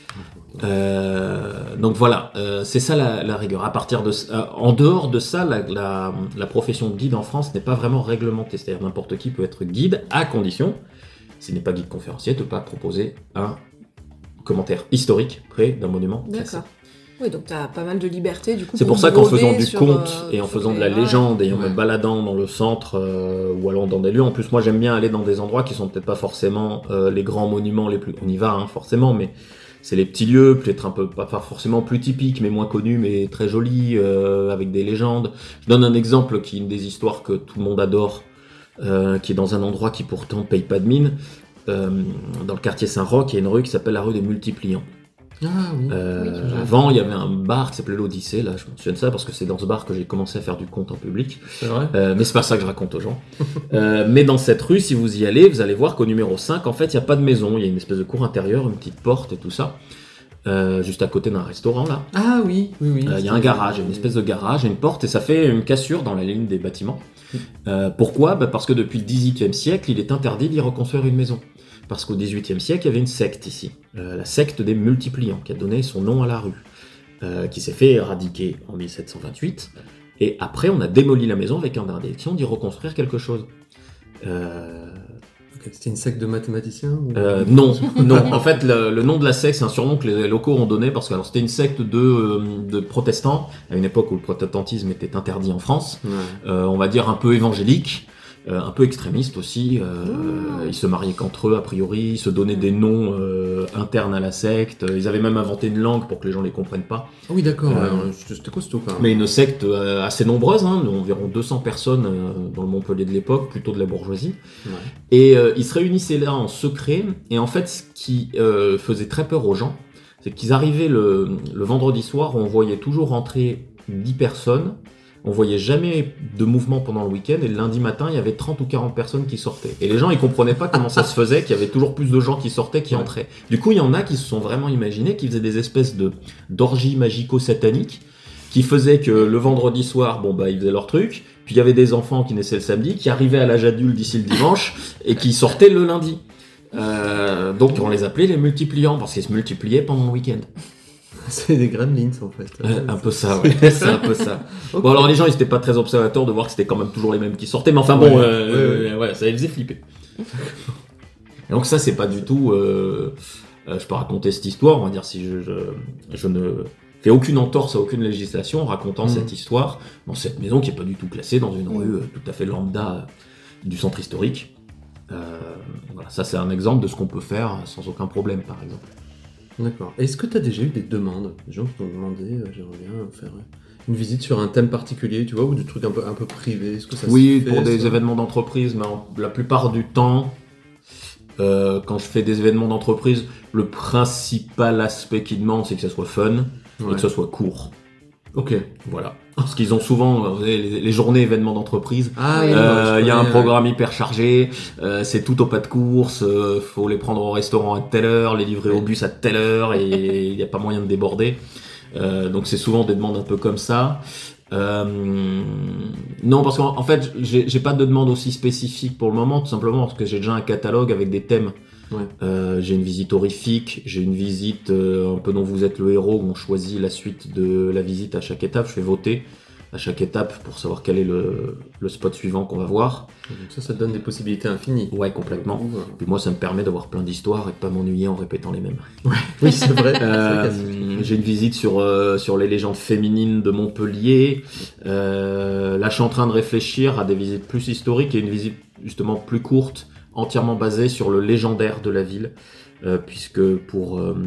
[SPEAKER 3] Euh, donc voilà, euh, c'est ça la, la rigueur. À partir de, euh, en dehors de ça, la, la, la profession de guide en France n'est pas vraiment réglementée. C'est-à-dire n'importe qui peut être guide, à condition, s'il n'est pas guide conférencier, de ne pas proposer un commentaire historique près d'un monument classé.
[SPEAKER 2] D'accord. Oui, donc t'as pas mal de liberté du coup.
[SPEAKER 3] C'est pour ça qu'en
[SPEAKER 2] broder
[SPEAKER 3] faisant du
[SPEAKER 2] sur,
[SPEAKER 3] conte
[SPEAKER 2] euh,
[SPEAKER 3] et en
[SPEAKER 2] sur
[SPEAKER 3] faisant de
[SPEAKER 2] les-
[SPEAKER 3] la légende et en
[SPEAKER 1] Ouais.
[SPEAKER 3] me baladant dans le centre euh, ou allant dans des lieux, en plus moi j'aime bien aller dans des endroits qui sont peut-être pas forcément euh, les grands monuments les plus... On y va hein, forcément, mais c'est les petits lieux, peut-être un peu, pas pas forcément plus typiques, mais moins connus, mais très jolis, euh, avec des légendes. Je donne un exemple qui est une des histoires que tout le monde adore, euh, qui est dans un endroit qui pourtant paye pas de mine. Euh, dans le quartier Saint-Roch, il y a une rue qui s'appelle la rue des Multipliants.
[SPEAKER 1] Ah oui.
[SPEAKER 3] Euh,
[SPEAKER 2] Oui,
[SPEAKER 1] j'ai-
[SPEAKER 3] avant, il y avait un bar qui s'appelait l'Odyssée, là, je me souviens de ça parce que c'est dans ce bar que j'ai commencé à faire du conte en public.
[SPEAKER 1] C'est vrai.
[SPEAKER 3] Euh, mais c'est pas ça que je raconte aux gens. Euh, mais dans cette rue, si vous y allez, vous allez voir qu'au numéro cinq, en fait, il n'y a pas de maison. Il y a une espèce de cour intérieure, une petite porte et tout ça. Euh, juste à côté d'un restaurant, là.
[SPEAKER 1] Ah oui, oui, oui.
[SPEAKER 3] Euh, Il y a un garage, il y a une espèce de garage et une porte, et ça fait une cassure dans la ligne des bâtiments. Euh, pourquoi bah Parce que depuis le dix-huitième siècle, il est interdit d'y reconstruire une maison. Parce qu'au dix-huitième siècle, il y avait une secte ici, euh, la secte des Multipliants, qui a donné son nom à la rue, euh, qui s'est fait éradiquer en mille sept cent vingt-huit. Et après, on a démoli la maison avec interdiction d'y reconstruire quelque chose. Euh,
[SPEAKER 1] Ok, c'était une secte de mathématiciens ou...
[SPEAKER 3] euh, non, non. En fait, le, le nom de la secte, c'est un surnom que les locaux ont donné parce que alors, c'était une secte de, euh, de protestants à une époque où le protestantisme était interdit en France.
[SPEAKER 1] Ouais.
[SPEAKER 3] Euh, on va dire un peu évangélique, euh, un peu extrémiste aussi. Euh,
[SPEAKER 2] Mmh.
[SPEAKER 3] Ils se mariaient qu'entre eux a priori, ils se donnaient des noms euh, internes à la secte. Ils avaient même inventé une langue pour que les gens les comprennent pas.
[SPEAKER 1] Ah oui, d'accord.
[SPEAKER 3] Euh,
[SPEAKER 1] ouais, c'était costaud quand même.
[SPEAKER 3] Mais une secte euh, assez nombreuse, hein, environ deux cents personnes euh, dans le Montpellier de l'époque, plutôt de la bourgeoisie.
[SPEAKER 1] Ouais.
[SPEAKER 3] Et euh, ils se réunissaient là en secret. Et en fait, ce qui euh, faisait très peur aux gens, c'est qu'ils arrivaient le, le vendredi soir, on voyait toujours rentrer dix personnes. On voyait jamais de mouvement pendant le week-end. Et le lundi matin, il y avait trente ou quarante personnes qui sortaient. Et les gens, ils comprenaient pas comment ça se faisait, qu'il y avait toujours plus de gens qui sortaient qui
[SPEAKER 1] Ouais.
[SPEAKER 3] entraient. Du coup, il y en a qui se sont vraiment imaginés, qui faisaient des espèces de d'orgies magico-sataniques, qui faisaient que le vendredi soir, bon bah ils faisaient leur truc. Puis il y avait des enfants qui naissaient le samedi, qui arrivaient à l'âge adulte d'ici le dimanche, et qui sortaient le lundi. Euh, donc on les appelait les multipliants, parce qu'ils se multipliaient pendant le week-end.
[SPEAKER 1] C'est des gremlins en fait.
[SPEAKER 3] Euh, un peu ça, ouais. C'est un peu ça.
[SPEAKER 1] Ok.
[SPEAKER 3] Bon alors les gens ils étaient pas très observateurs de voir que c'était quand même toujours les mêmes qui sortaient, mais enfin bon,
[SPEAKER 1] Ouais,
[SPEAKER 3] euh,
[SPEAKER 1] ouais,
[SPEAKER 3] euh, ouais, ça les faisait flipper. Et donc ça c'est pas du tout... Euh, euh, je peux raconter cette histoire, on va dire si je, je, je ne fais aucune entorse à aucune législation en racontant
[SPEAKER 1] Mhm.
[SPEAKER 3] cette histoire dans cette maison qui est pas du tout classée dans une
[SPEAKER 2] Mhm.
[SPEAKER 3] rue euh, tout à fait lambda euh, du centre historique. Euh, voilà, ça c'est un exemple de ce qu'on peut faire sans aucun problème par exemple.
[SPEAKER 1] D'accord. Est-ce que tu as déjà eu des demandes? Des gens qui t'ont demandé, euh, j'aimerais bien faire une visite sur un thème particulier, tu vois, ou des trucs un peu, un peu privés. Est-ce que ça
[SPEAKER 3] Oui,
[SPEAKER 1] se fait,
[SPEAKER 3] pour des
[SPEAKER 1] ça
[SPEAKER 3] événements d'entreprise, mais en- la plupart du temps, euh, quand je fais des événements d'entreprise, le principal aspect qu'ils demandent, c'est que ça soit fun et
[SPEAKER 1] Ouais.
[SPEAKER 3] que ça soit court.
[SPEAKER 1] Ok.
[SPEAKER 3] Voilà. Parce qu'ils ont souvent euh, vous savez, les, les journées événements d'entreprise.
[SPEAKER 1] Ah
[SPEAKER 2] Ouais.
[SPEAKER 1] oui,
[SPEAKER 3] Euh,
[SPEAKER 1] je
[SPEAKER 3] Il y a un
[SPEAKER 1] connais,
[SPEAKER 3] programme hyper chargé, euh, c'est tout au pas de course, euh, faut les prendre au restaurant à telle heure, les livrer au
[SPEAKER 1] Ouais.
[SPEAKER 3] bus à telle heure, et il n'y a pas moyen de déborder. Euh, donc c'est souvent des demandes un peu comme ça. Euh, non, parce qu'en en fait, j'ai j'ai pas de demande aussi spécifique pour le moment, tout simplement parce que j'ai déjà un catalogue avec des thèmes.
[SPEAKER 1] Ouais.
[SPEAKER 3] Euh, j'ai une visite horrifique, j'ai une visite euh, un peu dont vous êtes le héros, où on choisit la suite de la visite à chaque étape. Je fais voter à chaque étape pour savoir quel est le, le spot suivant qu'on va voir.
[SPEAKER 1] Donc ça, ça te donne des possibilités infinies.
[SPEAKER 3] Ouais, complètement.
[SPEAKER 1] Voilà.
[SPEAKER 3] Puis moi, ça me permet d'avoir plein d'histoires et de pas m'ennuyer en répétant les mêmes.
[SPEAKER 1] Oui, c'est vrai.
[SPEAKER 3] Euh,
[SPEAKER 1] C'est vrai
[SPEAKER 3] j'ai une visite sur, euh, sur les légendes féminines de Montpellier. Euh, là, je suis en train de réfléchir à des visites plus historiques et une visite justement plus courte, entièrement basée sur le légendaire de la ville. Euh, puisque pour euh,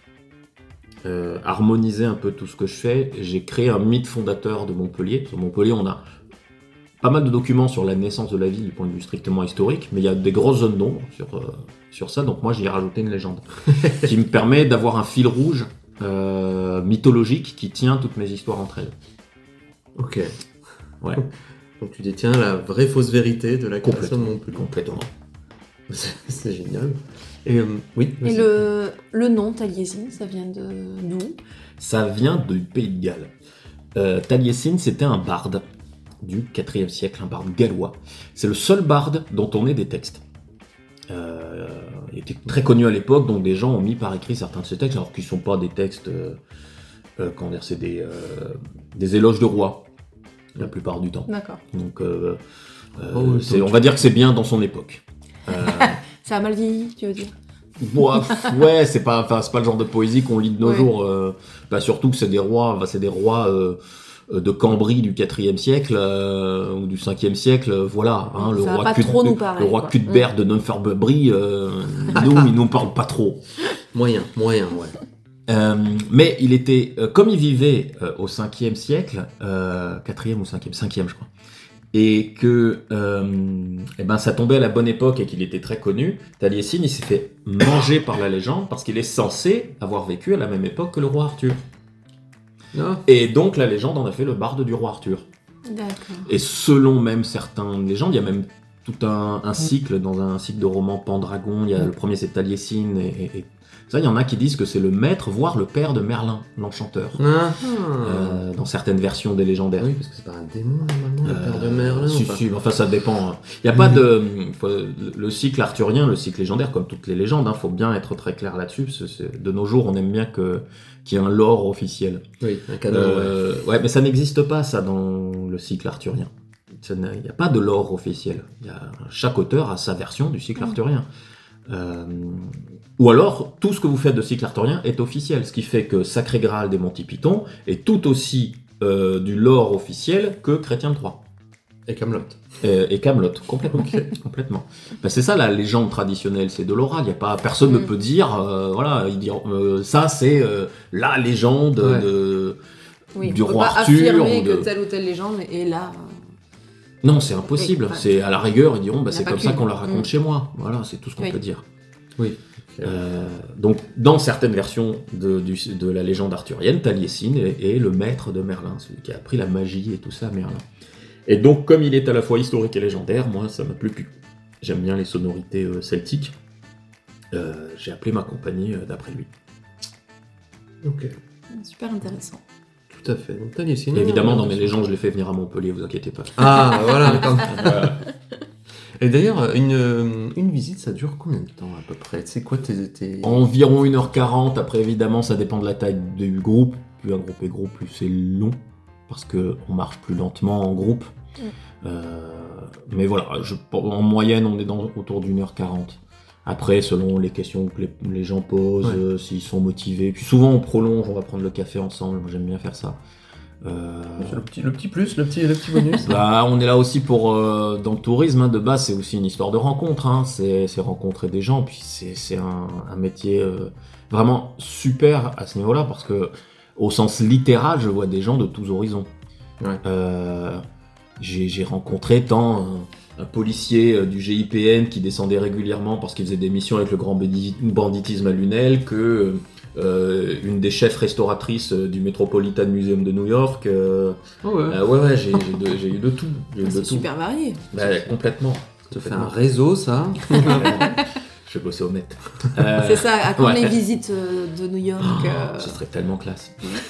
[SPEAKER 3] euh, harmoniser un peu tout ce que je fais, j'ai créé un mythe fondateur de Montpellier. Sur Montpellier, on a pas mal de documents sur la naissance de la ville du point de vue strictement historique, mais il y a des grosses zones d'ombre sur, euh, sur ça, donc moi j'y ai rajouté une légende qui me permet d'avoir un fil rouge euh, mythologique qui tient toutes mes histoires entre elles.
[SPEAKER 1] Ok.
[SPEAKER 3] Ouais.
[SPEAKER 1] Donc tu détiens la vraie fausse vérité de la création de
[SPEAKER 3] Complètement.
[SPEAKER 1] Montpellier.
[SPEAKER 3] Complètement.
[SPEAKER 1] C'est, c'est génial. Et euh, oui.
[SPEAKER 2] Et
[SPEAKER 1] vas-y.
[SPEAKER 2] le, le nom Taliesin, ça vient de d'où?
[SPEAKER 3] Ça vient du Pays de Galles. Euh, Taliesin, c'était un barde du quatrième siècle, un barde gallois. C'est le seul barde dont on ait des textes. Euh, il était très connu à l'époque, donc des gens ont mis par écrit certains de ces textes, alors qu'ils ne sont pas des textes, euh, euh, comment dire, c'est des, euh, des éloges de rois, la plupart du temps.
[SPEAKER 2] D'accord.
[SPEAKER 3] Donc, euh, euh,
[SPEAKER 1] Oh, oui,
[SPEAKER 3] c'est-
[SPEAKER 1] donc
[SPEAKER 3] on va dire que c'est bien dans son époque. Euh,
[SPEAKER 2] Ça a mal vieilli, tu veux dire?
[SPEAKER 3] Ouais, ouais, c'est pas, enfin, c'est pas le genre de poésie qu'on lit de nos
[SPEAKER 2] Ouais.
[SPEAKER 3] jours. Euh, bah, surtout que c'est des rois, bah, c'est des rois euh, de Cambrie du quatrième siècle euh, ou du cinquième siècle. euh, Voilà, hein, le
[SPEAKER 2] Ça va
[SPEAKER 3] roi
[SPEAKER 2] pas
[SPEAKER 3] Cud-
[SPEAKER 2] trop nous
[SPEAKER 3] le
[SPEAKER 2] parler,
[SPEAKER 3] roi
[SPEAKER 2] quoi.
[SPEAKER 3] Cuthbert de Northumberland, euh, nous, il nous parle pas trop.
[SPEAKER 1] Moyen, moyen, ouais.
[SPEAKER 3] Euh, mais il était, euh, comme il vivait euh, au cinquième siècle, euh, quatrième ou cinquième, cinquième je crois, et que euh, eh ben, ça tombait à la bonne époque et qu'il était très connu, Taliesin il s'est fait manger par la légende parce qu'il est censé avoir vécu à la même époque que le roi Arthur.
[SPEAKER 1] Ah,
[SPEAKER 3] Et donc la légende en a fait le barde du roi Arthur.
[SPEAKER 2] D'accord.
[SPEAKER 3] Et selon même certaines légendes, il y a même tout un, un cycle, dans un cycle de romans Pendragon, il y a le premier c'est Taliesin, et, et, et ça il y en a qui disent que c'est le maître, voire le père de Merlin, l'enchanteur.
[SPEAKER 1] ah,
[SPEAKER 3] Euh, dans certaines versions des légendaires.
[SPEAKER 1] oui, parce que c'est pas un démon normalement, le père de
[SPEAKER 3] Euh,
[SPEAKER 1] Merlin.
[SPEAKER 3] Si,
[SPEAKER 1] enfin.
[SPEAKER 3] si, mais enfin ça dépend. hein. Il y a pas de faut- le cycle arthurien, le cycle légendaire, comme toutes les légendes. Hein, faut bien être très clair là-dessus. Parce que c'est- de nos jours, on aime bien que qu'il y ait un lore officiel.
[SPEAKER 1] Oui, un canon, ouais.
[SPEAKER 3] Euh, ouais, mais ça n'existe pas ça dans le cycle arthurien. Ça n'a- Il n'y a pas de lore officiel. Il y a, chaque auteur a sa version du cycle
[SPEAKER 2] Mm.
[SPEAKER 3] arthurien. Euh, ou alors, tout ce que vous faites de cycle arthurien est officiel, ce qui fait que Sacré Graal des Monty Python est tout aussi euh, du lore officiel que Chrétien de Troyes.
[SPEAKER 1] Et Camelot.
[SPEAKER 3] Euh, et Camelot, complètement. complètement. Ben, c'est ça la légende traditionnelle, c'est de l'oral. Il y a pas personne ne
[SPEAKER 2] Mm.
[SPEAKER 3] peut dire, euh, voilà, il dit, euh, ça c'est euh, la légende
[SPEAKER 1] Ouais.
[SPEAKER 3] de
[SPEAKER 2] Oui,
[SPEAKER 3] du
[SPEAKER 2] on peut
[SPEAKER 3] roi
[SPEAKER 2] pas
[SPEAKER 3] Arthur.
[SPEAKER 2] affirmer
[SPEAKER 3] ou de-
[SPEAKER 2] que telle ou telle légende est là.
[SPEAKER 3] Non, c'est impossible.
[SPEAKER 2] Oui, enfin,
[SPEAKER 3] c'est à la rigueur, ils diront, bah,
[SPEAKER 2] il y en a
[SPEAKER 3] c'est
[SPEAKER 2] pas
[SPEAKER 3] comme ça
[SPEAKER 2] qu'une.
[SPEAKER 3] qu'on la raconte
[SPEAKER 2] Mm.
[SPEAKER 3] chez moi. Voilà, c'est tout ce qu'on
[SPEAKER 2] Oui.
[SPEAKER 3] peut dire.
[SPEAKER 1] Oui.
[SPEAKER 3] Euh, donc, dans certaines versions de, du- de la légende arthurienne, Taliesin est, est le maître de Merlin, celui qui a appris la magie et tout ça à Merlin. Et donc, comme il est à la fois historique et légendaire, moi, ça m'a plu. plus. J'aime bien les sonorités euh, celtiques. Euh, j'ai appelé ma compagnie euh, d'après lui.
[SPEAKER 1] Ok,
[SPEAKER 2] Super intéressant.
[SPEAKER 1] tout à fait. Donc Taliesin.
[SPEAKER 3] Et évidemment,
[SPEAKER 1] euh,
[SPEAKER 3] dans mes légendes, je l'ai fait venir à Montpellier, vous inquiétez pas.
[SPEAKER 1] Ah, voilà. comme-
[SPEAKER 3] Voilà.
[SPEAKER 1] Et d'ailleurs, une, euh, une visite, ça dure combien de temps à peu près? C'est quoi tes... tes...
[SPEAKER 3] Environ une heure quarante, après évidemment ça dépend de la taille du groupe, plus un groupe est gros, plus c'est long, parce qu'on marche plus lentement en groupe.
[SPEAKER 2] Mm.
[SPEAKER 3] Euh, mais voilà, je- en moyenne on est dans, autour d'une heure quarante. Après, selon les questions que les, les gens posent,
[SPEAKER 1] Ouais.
[SPEAKER 3] euh, s'ils sont motivés, puis souvent on prolonge, on va prendre le café ensemble, moi j'aime bien faire ça. Euh,
[SPEAKER 1] Le petit, le petit plus, le petit, le petit bonus.
[SPEAKER 3] Bah, on est là aussi pour euh, dans le tourisme hein, de base, c'est aussi une histoire de rencontre. Hein, c'est, c'est rencontrer des gens, puis c'est, c'est un, un métier euh, vraiment super à ce niveau-là parce que au sens littéral, je vois des gens de tous horizons.
[SPEAKER 1] Ouais.
[SPEAKER 3] Euh, j'ai, j'ai rencontré tant un, un policier euh, du G I P N qui descendait régulièrement parce qu'il faisait des missions avec le grand bandi- banditisme à Lunel que euh, une des chefs restauratrices euh, du Metropolitan Museum de New York. euh,
[SPEAKER 1] Oh ouais.
[SPEAKER 3] euh, ouais, ouais, j'ai, j'ai, de- j'ai eu de tout. J'ai eu de
[SPEAKER 2] C'est
[SPEAKER 3] tout.
[SPEAKER 2] super varié.
[SPEAKER 3] Bah, complètement.
[SPEAKER 1] Ça fait un réseau, ça.
[SPEAKER 3] Je vais bosser au net. Euh,
[SPEAKER 2] C'est ça, à quand
[SPEAKER 3] ouais.
[SPEAKER 2] les visites euh, de New York euh,
[SPEAKER 3] Ce serait tellement classe.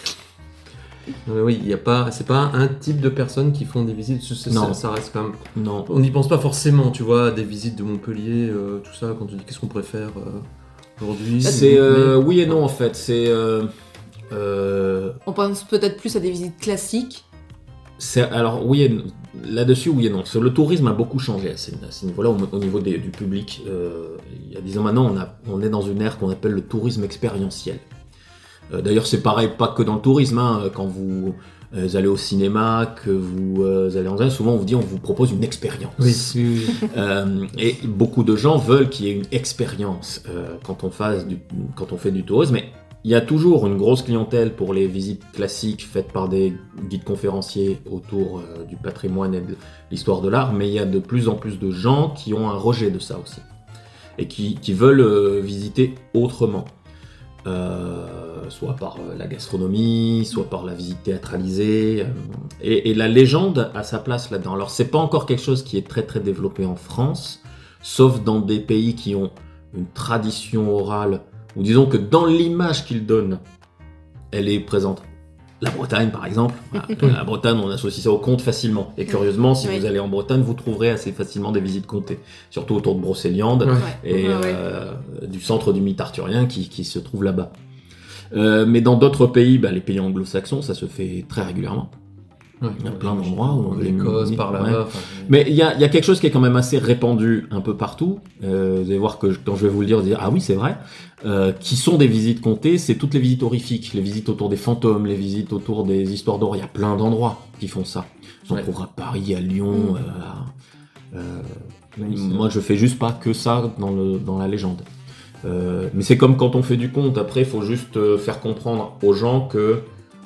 [SPEAKER 1] Euh, oui, il y a pas, c'est pas un type de personnes qui font des visites. c'est- c'est-
[SPEAKER 3] Non.
[SPEAKER 1] Ça, ça reste quand même.
[SPEAKER 3] Non.
[SPEAKER 1] On n'y pense pas forcément, tu vois, des visites de Montpellier, euh, tout ça. Quand tu dis qu'est-ce qu'on préfère euh, aujourd'hui.
[SPEAKER 3] C'est euh,
[SPEAKER 1] Mais-
[SPEAKER 3] oui et non en fait. C'est euh, euh,
[SPEAKER 2] On pense peut-être plus à des visites classiques.
[SPEAKER 3] c'est alors oui et non. Là-dessus oui et non. Parce que le tourisme a beaucoup changé à ce, à ce niveau-là au, au niveau des- du public. Euh, il y a dix ans maintenant, on, a, on est dans une ère qu'on appelle le tourisme expérientiel. Euh, D'ailleurs, c'est pareil, pas que dans le tourisme. Hein, quand vous euh, allez au cinéma, que vous euh, allez en souvent on vous dit on vous propose une expérience.
[SPEAKER 1] Oui, oui, oui.
[SPEAKER 3] Euh, et beaucoup de gens veulent qu'il y ait une expérience euh, quand on fasse du, quand on fait du tourisme. Mais il y a toujours une grosse clientèle pour les visites classiques faites par des guides conférenciers autour euh, du patrimoine et de l'histoire de l'art. Mais il y a de plus en plus de gens qui ont un rejet de ça aussi et qui, qui veulent euh, visiter autrement. Euh, soit par euh, la gastronomie, soit par la visite théâtralisée. Euh, Et, et la légende a sa place là-dedans. Alors c'est pas encore quelque chose qui est très très développé en France, sauf dans des pays qui ont une tradition orale, ou disons que dans l'image qu'ils donnent, elle est présente. La Bretagne, par exemple. Voilà. La Bretagne, on associe ça au conte facilement. Et curieusement, si
[SPEAKER 2] oui.
[SPEAKER 3] vous allez en Bretagne, vous trouverez assez facilement des visites contées. Surtout autour de Brocéliande
[SPEAKER 1] Ouais.
[SPEAKER 3] et
[SPEAKER 2] Ouais, ouais.
[SPEAKER 3] euh, du centre du mythe arthurien qui, qui se trouve là-bas. Euh, mais dans d'autres pays, bah, les pays anglo-saxons, ça se fait très régulièrement.
[SPEAKER 1] Ouais.
[SPEAKER 3] Il y a plein d'endroits où on
[SPEAKER 1] en
[SPEAKER 3] les
[SPEAKER 1] Écosse,
[SPEAKER 3] met-
[SPEAKER 1] par
[SPEAKER 3] ouais.
[SPEAKER 1] là-bas. enfin,
[SPEAKER 3] Mais il y a, il y a quelque chose qui est quand même assez répandu un peu partout. Euh, vous allez voir que je- quand je vais vous le dire, vous allez dire ah oui c'est vrai. Euh, qui sont des visites comptées, c'est toutes les visites horrifiques, les visites autour des fantômes, les visites autour des histoires d'horreur. Il y a plein d'endroits qui font ça. On
[SPEAKER 1] Ouais.
[SPEAKER 3] trouvera à Paris, à Lyon.
[SPEAKER 2] Mm.
[SPEAKER 3] euh, euh,
[SPEAKER 1] Oui, c'est
[SPEAKER 3] moi je fais juste pas que ça dans, le, dans la légende. Euh, mais c'est comme quand on fait du conte. Après, il faut juste euh, faire comprendre aux gens que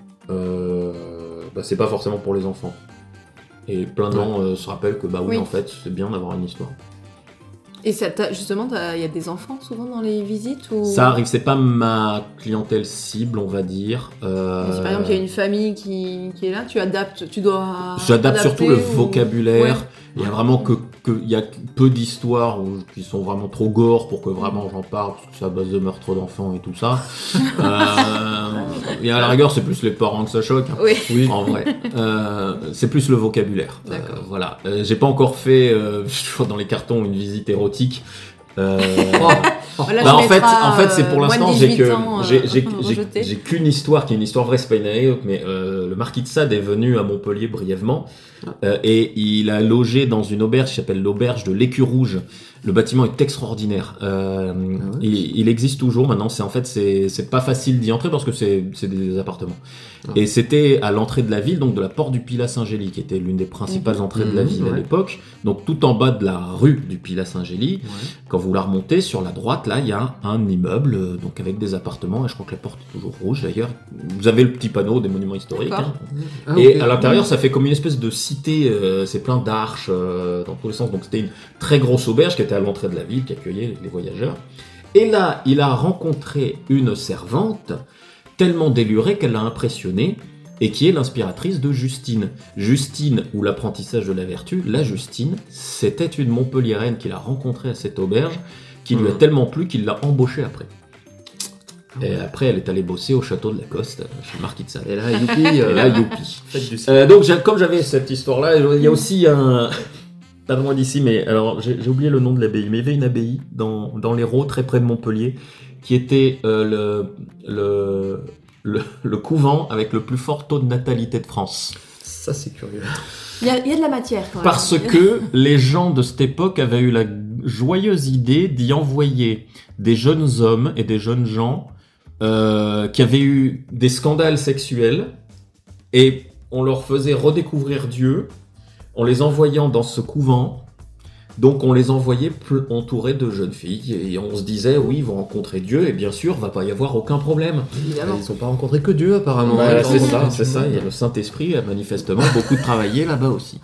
[SPEAKER 3] euh, bah, c'est pas forcément pour les enfants. Et plein de gens euh, se rappellent que bah oui,
[SPEAKER 2] Oui.
[SPEAKER 3] en fait, c'est bien d'avoir une histoire.
[SPEAKER 2] Et ça, t'a- justement, t'as- il y a des enfants souvent dans les visites ou...
[SPEAKER 3] Ça arrive, c'est pas ma clientèle cible, on va dire. Euh,
[SPEAKER 2] Si par exemple il y a une famille qui, qui est là, tu adaptes, tu dois.
[SPEAKER 3] J'adapte
[SPEAKER 2] adapter
[SPEAKER 3] surtout le
[SPEAKER 2] ou-
[SPEAKER 3] vocabulaire.
[SPEAKER 2] Ouais.
[SPEAKER 3] Il y a vraiment que, que il y a peu d'histoires où- qui sont vraiment trop gore pour que vraiment j'en parle, parce que c'est à base de meurtre d'enfants et tout ça. euh, et à la rigueur, c'est plus les parents que ça choque. hein.
[SPEAKER 2] Oui.
[SPEAKER 1] Oui.
[SPEAKER 3] En vrai, euh, c'est plus le vocabulaire.
[SPEAKER 2] D'accord.
[SPEAKER 3] Euh, voilà. Euh, j'ai pas encore fait euh, toujours dans les cartons une visite érotique. Euh,
[SPEAKER 2] Voilà,
[SPEAKER 3] bah,
[SPEAKER 2] tu
[SPEAKER 3] en fait,
[SPEAKER 2] mettras,
[SPEAKER 3] en fait, c'est pour
[SPEAKER 2] euh,
[SPEAKER 3] l'instant,
[SPEAKER 2] moins de
[SPEAKER 3] j'ai
[SPEAKER 2] dix-huit
[SPEAKER 3] que
[SPEAKER 2] ans, euh,
[SPEAKER 3] j'ai j'ai j'ai
[SPEAKER 2] rejeté.
[SPEAKER 3] j'ai qu'une histoire qui est une histoire vraie, c'est pas une anecdote, mais euh, le marquis de Sade est venu à Montpellier brièvement euh, et il a logé dans une auberge qui s'appelle l'auberge de l'Écu Rouge. Le bâtiment est extraordinaire. Euh,
[SPEAKER 1] Ah ouais.
[SPEAKER 3] il, il existe toujours maintenant. C'est en fait c'est c'est pas facile d'y entrer parce que c'est c'est des appartements.
[SPEAKER 1] Ah.
[SPEAKER 3] Et c'était à l'entrée de la ville, donc de la porte du Pilat Saint-Gély, qui était l'une des principales
[SPEAKER 2] Mhm.
[SPEAKER 3] entrées de la
[SPEAKER 1] Mhm,
[SPEAKER 3] ville à
[SPEAKER 1] ouais.
[SPEAKER 3] l'époque. Donc tout en bas de la rue du Pilat Saint-Gély.
[SPEAKER 1] Ouais.
[SPEAKER 3] Quand vous la remontez sur la droite, là, il y a un immeuble, euh, donc avec des appartements, et je crois que la porte est toujours rouge d'ailleurs. Vous avez le petit panneau des monuments historiques.
[SPEAKER 2] D'accord.
[SPEAKER 3] hein.
[SPEAKER 1] Ah,
[SPEAKER 3] Et
[SPEAKER 1] ok.
[SPEAKER 3] à l'intérieur, ça fait comme une espèce de cité, euh, c'est plein d'arches euh, dans tous les sens. Donc c'était une très grosse auberge qui était à l'entrée de la ville, qui accueillait les voyageurs. Et là, il a rencontré une servante tellement délurée qu'elle l'a impressionné, et qui est l'inspiratrice de Justine. Justine, ou l'apprentissage de la vertu, la Justine, c'était une Montpelliéraine qu'il a rencontrée à cette auberge, qui lui a
[SPEAKER 1] Mhm.
[SPEAKER 3] tellement plu qu'il l'a embauchée après. Et après, elle est allée bosser au château de la Coste, chez le marquis de Sade.
[SPEAKER 1] Et là, youpi,
[SPEAKER 3] Et
[SPEAKER 1] euh,
[SPEAKER 3] là, youpi.
[SPEAKER 1] faites du
[SPEAKER 3] Euh, donc, j'ai- comme j'avais cette histoire-là, il y a aussi un... Pas loin d'ici, mais alors j'ai j'ai oublié le nom de l'abbaye, mais il y avait une abbaye dans, dans l'Hérault, très près de Montpellier, qui était euh, le, le, le, le couvent avec le plus fort taux de natalité de France.
[SPEAKER 1] Ça, c'est curieux.
[SPEAKER 2] Il y, a, il y a de la matière quand même.
[SPEAKER 3] Parce que les gens de cette époque avaient eu la joyeuse idée d'y envoyer des jeunes hommes et des jeunes gens euh, qui avaient eu des scandales sexuels, et on leur faisait redécouvrir Dieu en les envoyant dans ce couvent. Donc on les envoyait pl- entourés de jeunes filles, et on se disait oui, ils vont rencontrer Dieu, et bien sûr, va pas y avoir aucun problème.
[SPEAKER 2] Évidemment.
[SPEAKER 1] Ils n'ont pas rencontré que Dieu, apparemment.
[SPEAKER 3] Bah,
[SPEAKER 1] Ils
[SPEAKER 3] c'est
[SPEAKER 1] ont
[SPEAKER 3] ça,
[SPEAKER 1] rencontré
[SPEAKER 3] c'est
[SPEAKER 1] tout
[SPEAKER 3] ça.
[SPEAKER 1] le
[SPEAKER 3] Il y a
[SPEAKER 1] monde.
[SPEAKER 3] le Saint-Esprit a manifestement beaucoup travaillé là-bas aussi.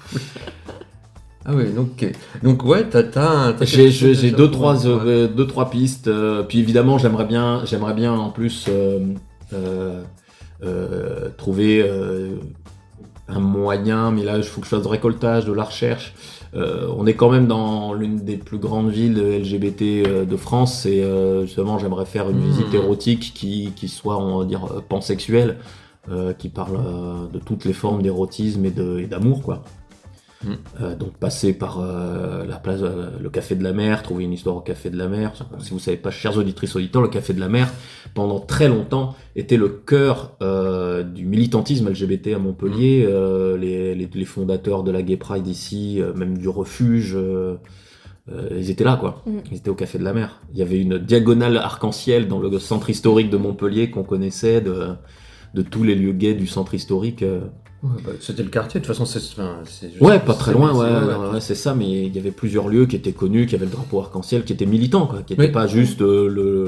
[SPEAKER 1] Ah oui, donc, ok. donc ouais, t'as, t'as, t'as
[SPEAKER 3] J'ai
[SPEAKER 1] quelque
[SPEAKER 3] j'ai-
[SPEAKER 1] chose
[SPEAKER 3] j'ai
[SPEAKER 1] déjà
[SPEAKER 3] deux
[SPEAKER 1] pour-
[SPEAKER 3] trois,
[SPEAKER 1] ouais.
[SPEAKER 3] euh, deux, trois pistes. euh, puis évidemment, j'aimerais bien, j'aimerais bien en plus euh, euh, euh, trouver euh, un moyen, mais là, il faut que je fasse de récoltage, de la recherche. Euh, on est quand même dans l'une des plus grandes villes L G B T euh, de France, et euh, justement, j'aimerais faire une
[SPEAKER 1] Mmh.
[SPEAKER 3] visite érotique qui, qui soit, on va dire, euh, pansexuelle, euh, qui parle euh, de toutes les formes d'érotisme et, de, et d'amour, quoi.
[SPEAKER 1] Mm.
[SPEAKER 3] Euh, donc passer par euh, la place, euh, le Café de la Mer, trouver une histoire au Café de la Mer. Si vous savez pas, chers auditrices auditeurs, le Café de la Mer, pendant très longtemps, était le cœur euh, du militantisme L G B T à Montpellier. Euh, les, les, les fondateurs de la Gay Pride ici, euh, même du refuge, euh, euh, ils étaient là, quoi.
[SPEAKER 2] Mm.
[SPEAKER 3] Ils étaient au Café de la Mer. Il y avait une diagonale arc-en-ciel dans le centre historique de Montpellier qu'on connaissait de, de tous les lieux gays du centre historique. euh,
[SPEAKER 1] Ouais, bah, c'était le quartier, de toute façon, c'est. Enfin, c'est juste-
[SPEAKER 3] Ouais, pas très
[SPEAKER 1] c'est-
[SPEAKER 3] loin,
[SPEAKER 1] c'est-
[SPEAKER 3] ouais,
[SPEAKER 1] ouais,
[SPEAKER 3] ouais, ouais, c'est ça, mais il y avait plusieurs lieux qui étaient connus, qui avaient le drapeau arc-en-ciel, qui étaient militants, quoi, qui n'étaient
[SPEAKER 1] Oui.
[SPEAKER 3] pas juste euh, le,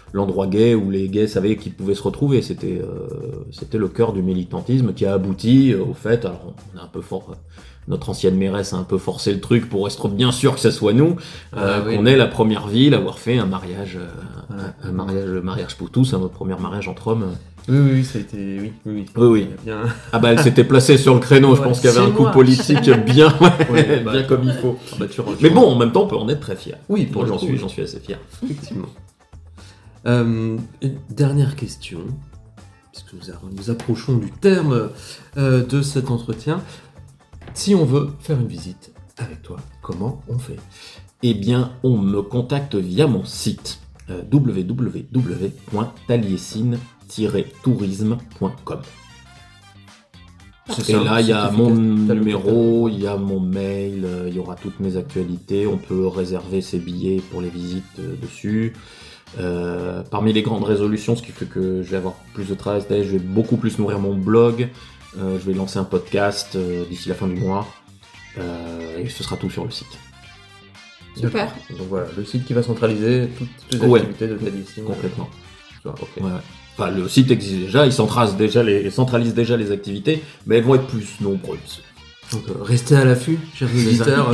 [SPEAKER 3] l'endroit gay où les gays savaient qu'ils pouvaient se retrouver. C'était, euh, c'était le cœur du militantisme qui a abouti euh, au fait, alors on a un peu fort... Notre ancienne mairesse a un peu forcé le truc pour être bien sûr que ça soit nous, euh,
[SPEAKER 1] ah, oui.
[SPEAKER 3] qu'on est la première ville à avoir fait un mariage, euh, voilà. un, un mariage, le mariage pour tous, hein, notre premier mariage entre hommes.
[SPEAKER 1] Oui, oui, ça a été. Oui, oui, oui.
[SPEAKER 3] Oui, oui.
[SPEAKER 1] Bien.
[SPEAKER 3] Ah bah elle s'était placée sur le créneau, je
[SPEAKER 1] Ouais,
[SPEAKER 3] pense qu'il y avait un coup
[SPEAKER 1] moi.
[SPEAKER 3] politique bien,
[SPEAKER 1] Ouais, bah,
[SPEAKER 3] bien comme il faut.
[SPEAKER 1] Ah bah, tu re-
[SPEAKER 3] Mais bon, en même temps, on peut en être très fier.
[SPEAKER 1] Oui, pour
[SPEAKER 3] Moi,
[SPEAKER 1] le
[SPEAKER 3] j'en
[SPEAKER 1] coup,
[SPEAKER 3] suis,
[SPEAKER 1] oui.
[SPEAKER 3] j'en suis assez fier.
[SPEAKER 1] Effectivement. Euh, une dernière question, puisque nous, a- nous approchons du terme euh, de cet entretien. Si on veut faire une visite avec toi, comment on fait?
[SPEAKER 3] Eh bien, on me contacte via mon site euh, w w w point taliesin tiret tourisme point com.
[SPEAKER 1] C'est
[SPEAKER 3] Et
[SPEAKER 1] simple,
[SPEAKER 3] là, il y a
[SPEAKER 1] c'est
[SPEAKER 3] mon
[SPEAKER 1] efficace. T'as le
[SPEAKER 3] numéro, il y a mon mail, euh, il y aura toutes mes actualités. On peut réserver ses billets pour les visites euh, dessus. Euh, parmi les grandes résolutions, ce qui fait que je vais avoir plus de travail, c'est-à-dire je vais beaucoup plus nourrir mon blog. Euh, je vais lancer un podcast euh, d'ici la fin du mois. Euh, et ce sera tout sur le site.
[SPEAKER 2] Super.
[SPEAKER 1] Donc voilà, le site qui va centraliser toutes les
[SPEAKER 3] Ouais.
[SPEAKER 1] activités de Taliesin.
[SPEAKER 3] Complètement.
[SPEAKER 1] Ok.
[SPEAKER 3] Ouais, ouais. Enfin, le site existe déjà, il centralise déjà les, il centralise déjà les activités, mais elles vont être plus nombreuses.
[SPEAKER 1] Donc, euh, restez à l'affût, chers auditeurs.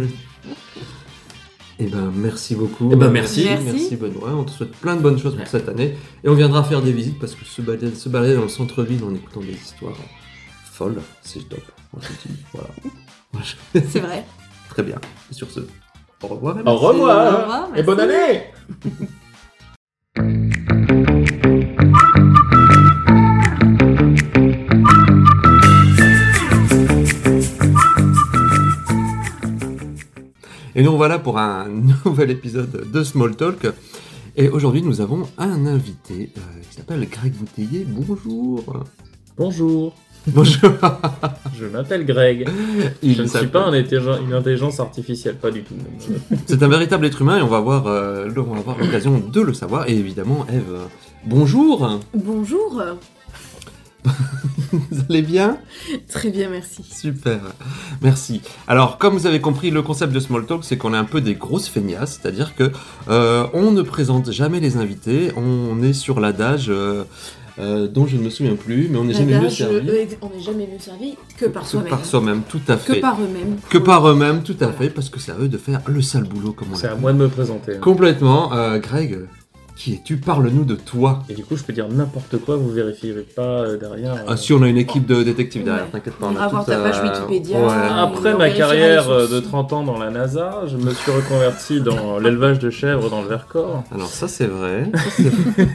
[SPEAKER 1] Eh ben, merci beaucoup.
[SPEAKER 3] Eh ben, merci.
[SPEAKER 2] Merci.
[SPEAKER 1] Merci Benoît. On te souhaite plein de bonnes choses pour
[SPEAKER 3] Ouais.
[SPEAKER 1] cette année. Et on viendra faire des visites parce que se balader, se balader dans le centre-ville en écoutant des histoires folles, c'est top. Moi, je dis, voilà. Moi, je-
[SPEAKER 2] C'est vrai.
[SPEAKER 1] Très bien. Et sur ce, au revoir. et
[SPEAKER 3] Au
[SPEAKER 1] merci.
[SPEAKER 3] revoir,
[SPEAKER 2] Au revoir,
[SPEAKER 3] et bonne
[SPEAKER 2] merci.
[SPEAKER 3] année.
[SPEAKER 1] Et nous voilà pour un nouvel épisode de Small Talk. Et aujourd'hui, nous avons un invité euh, qui s'appelle Greg Bouteiller. Bonjour.
[SPEAKER 4] Bonjour,
[SPEAKER 1] Bonjour.
[SPEAKER 4] je m'appelle Greg.
[SPEAKER 1] Il
[SPEAKER 4] je ne suis
[SPEAKER 1] s'appelle-
[SPEAKER 4] pas un intelligent- une intelligence artificielle, pas du tout.
[SPEAKER 1] C'est un véritable être humain et on va avoir, euh, on va avoir l'occasion de le savoir. Et évidemment, Eve, euh, bonjour.
[SPEAKER 2] Bonjour.
[SPEAKER 1] Vous allez bien?
[SPEAKER 2] Très bien, merci.
[SPEAKER 1] Super, merci. Alors, comme vous avez compris, le concept de Small Talk, c'est qu'on est un peu des grosses feignasses, c'est-à-dire que euh, on ne présente jamais les invités, on est sur l'adage euh, euh, dont je ne me souviens plus, mais on n'est jamais mieux
[SPEAKER 2] L'adage,
[SPEAKER 1] servi
[SPEAKER 2] euh, on n'est jamais mieux servi que par
[SPEAKER 1] que
[SPEAKER 2] soi-même.
[SPEAKER 1] par soi-même, tout à
[SPEAKER 2] Que
[SPEAKER 1] fait.
[SPEAKER 2] par eux-mêmes.
[SPEAKER 1] Que par eux-mêmes, tout à fait, parce que c'est à eux de faire le sale boulot, comme on
[SPEAKER 4] C'est à
[SPEAKER 1] l'appelle.
[SPEAKER 4] moi de me présenter. hein.
[SPEAKER 1] Complètement. Euh, Greg, qui es-tu? Parle-nous de toi.
[SPEAKER 4] Et du coup, je peux dire n'importe quoi, vous vérifierez pas euh, derrière. euh.
[SPEAKER 1] Ah, si on a une équipe de détectives derrière,
[SPEAKER 2] Ouais.
[SPEAKER 1] t'inquiète pas.
[SPEAKER 2] On
[SPEAKER 1] On
[SPEAKER 2] ira
[SPEAKER 1] a
[SPEAKER 2] voir
[SPEAKER 1] tout,
[SPEAKER 2] ta page
[SPEAKER 1] euh,
[SPEAKER 2] Wikipédia.
[SPEAKER 1] ouais.
[SPEAKER 2] Ah,
[SPEAKER 4] Après
[SPEAKER 2] Et on
[SPEAKER 4] ma
[SPEAKER 2] vérifiera
[SPEAKER 4] carrière
[SPEAKER 2] les sources.
[SPEAKER 4] euh, de trente ans dans la NASA, je me suis reconverti dans l'élevage de chèvres dans le Vercors.
[SPEAKER 1] Alors ça c'est vrai. Ça, c'est vrai.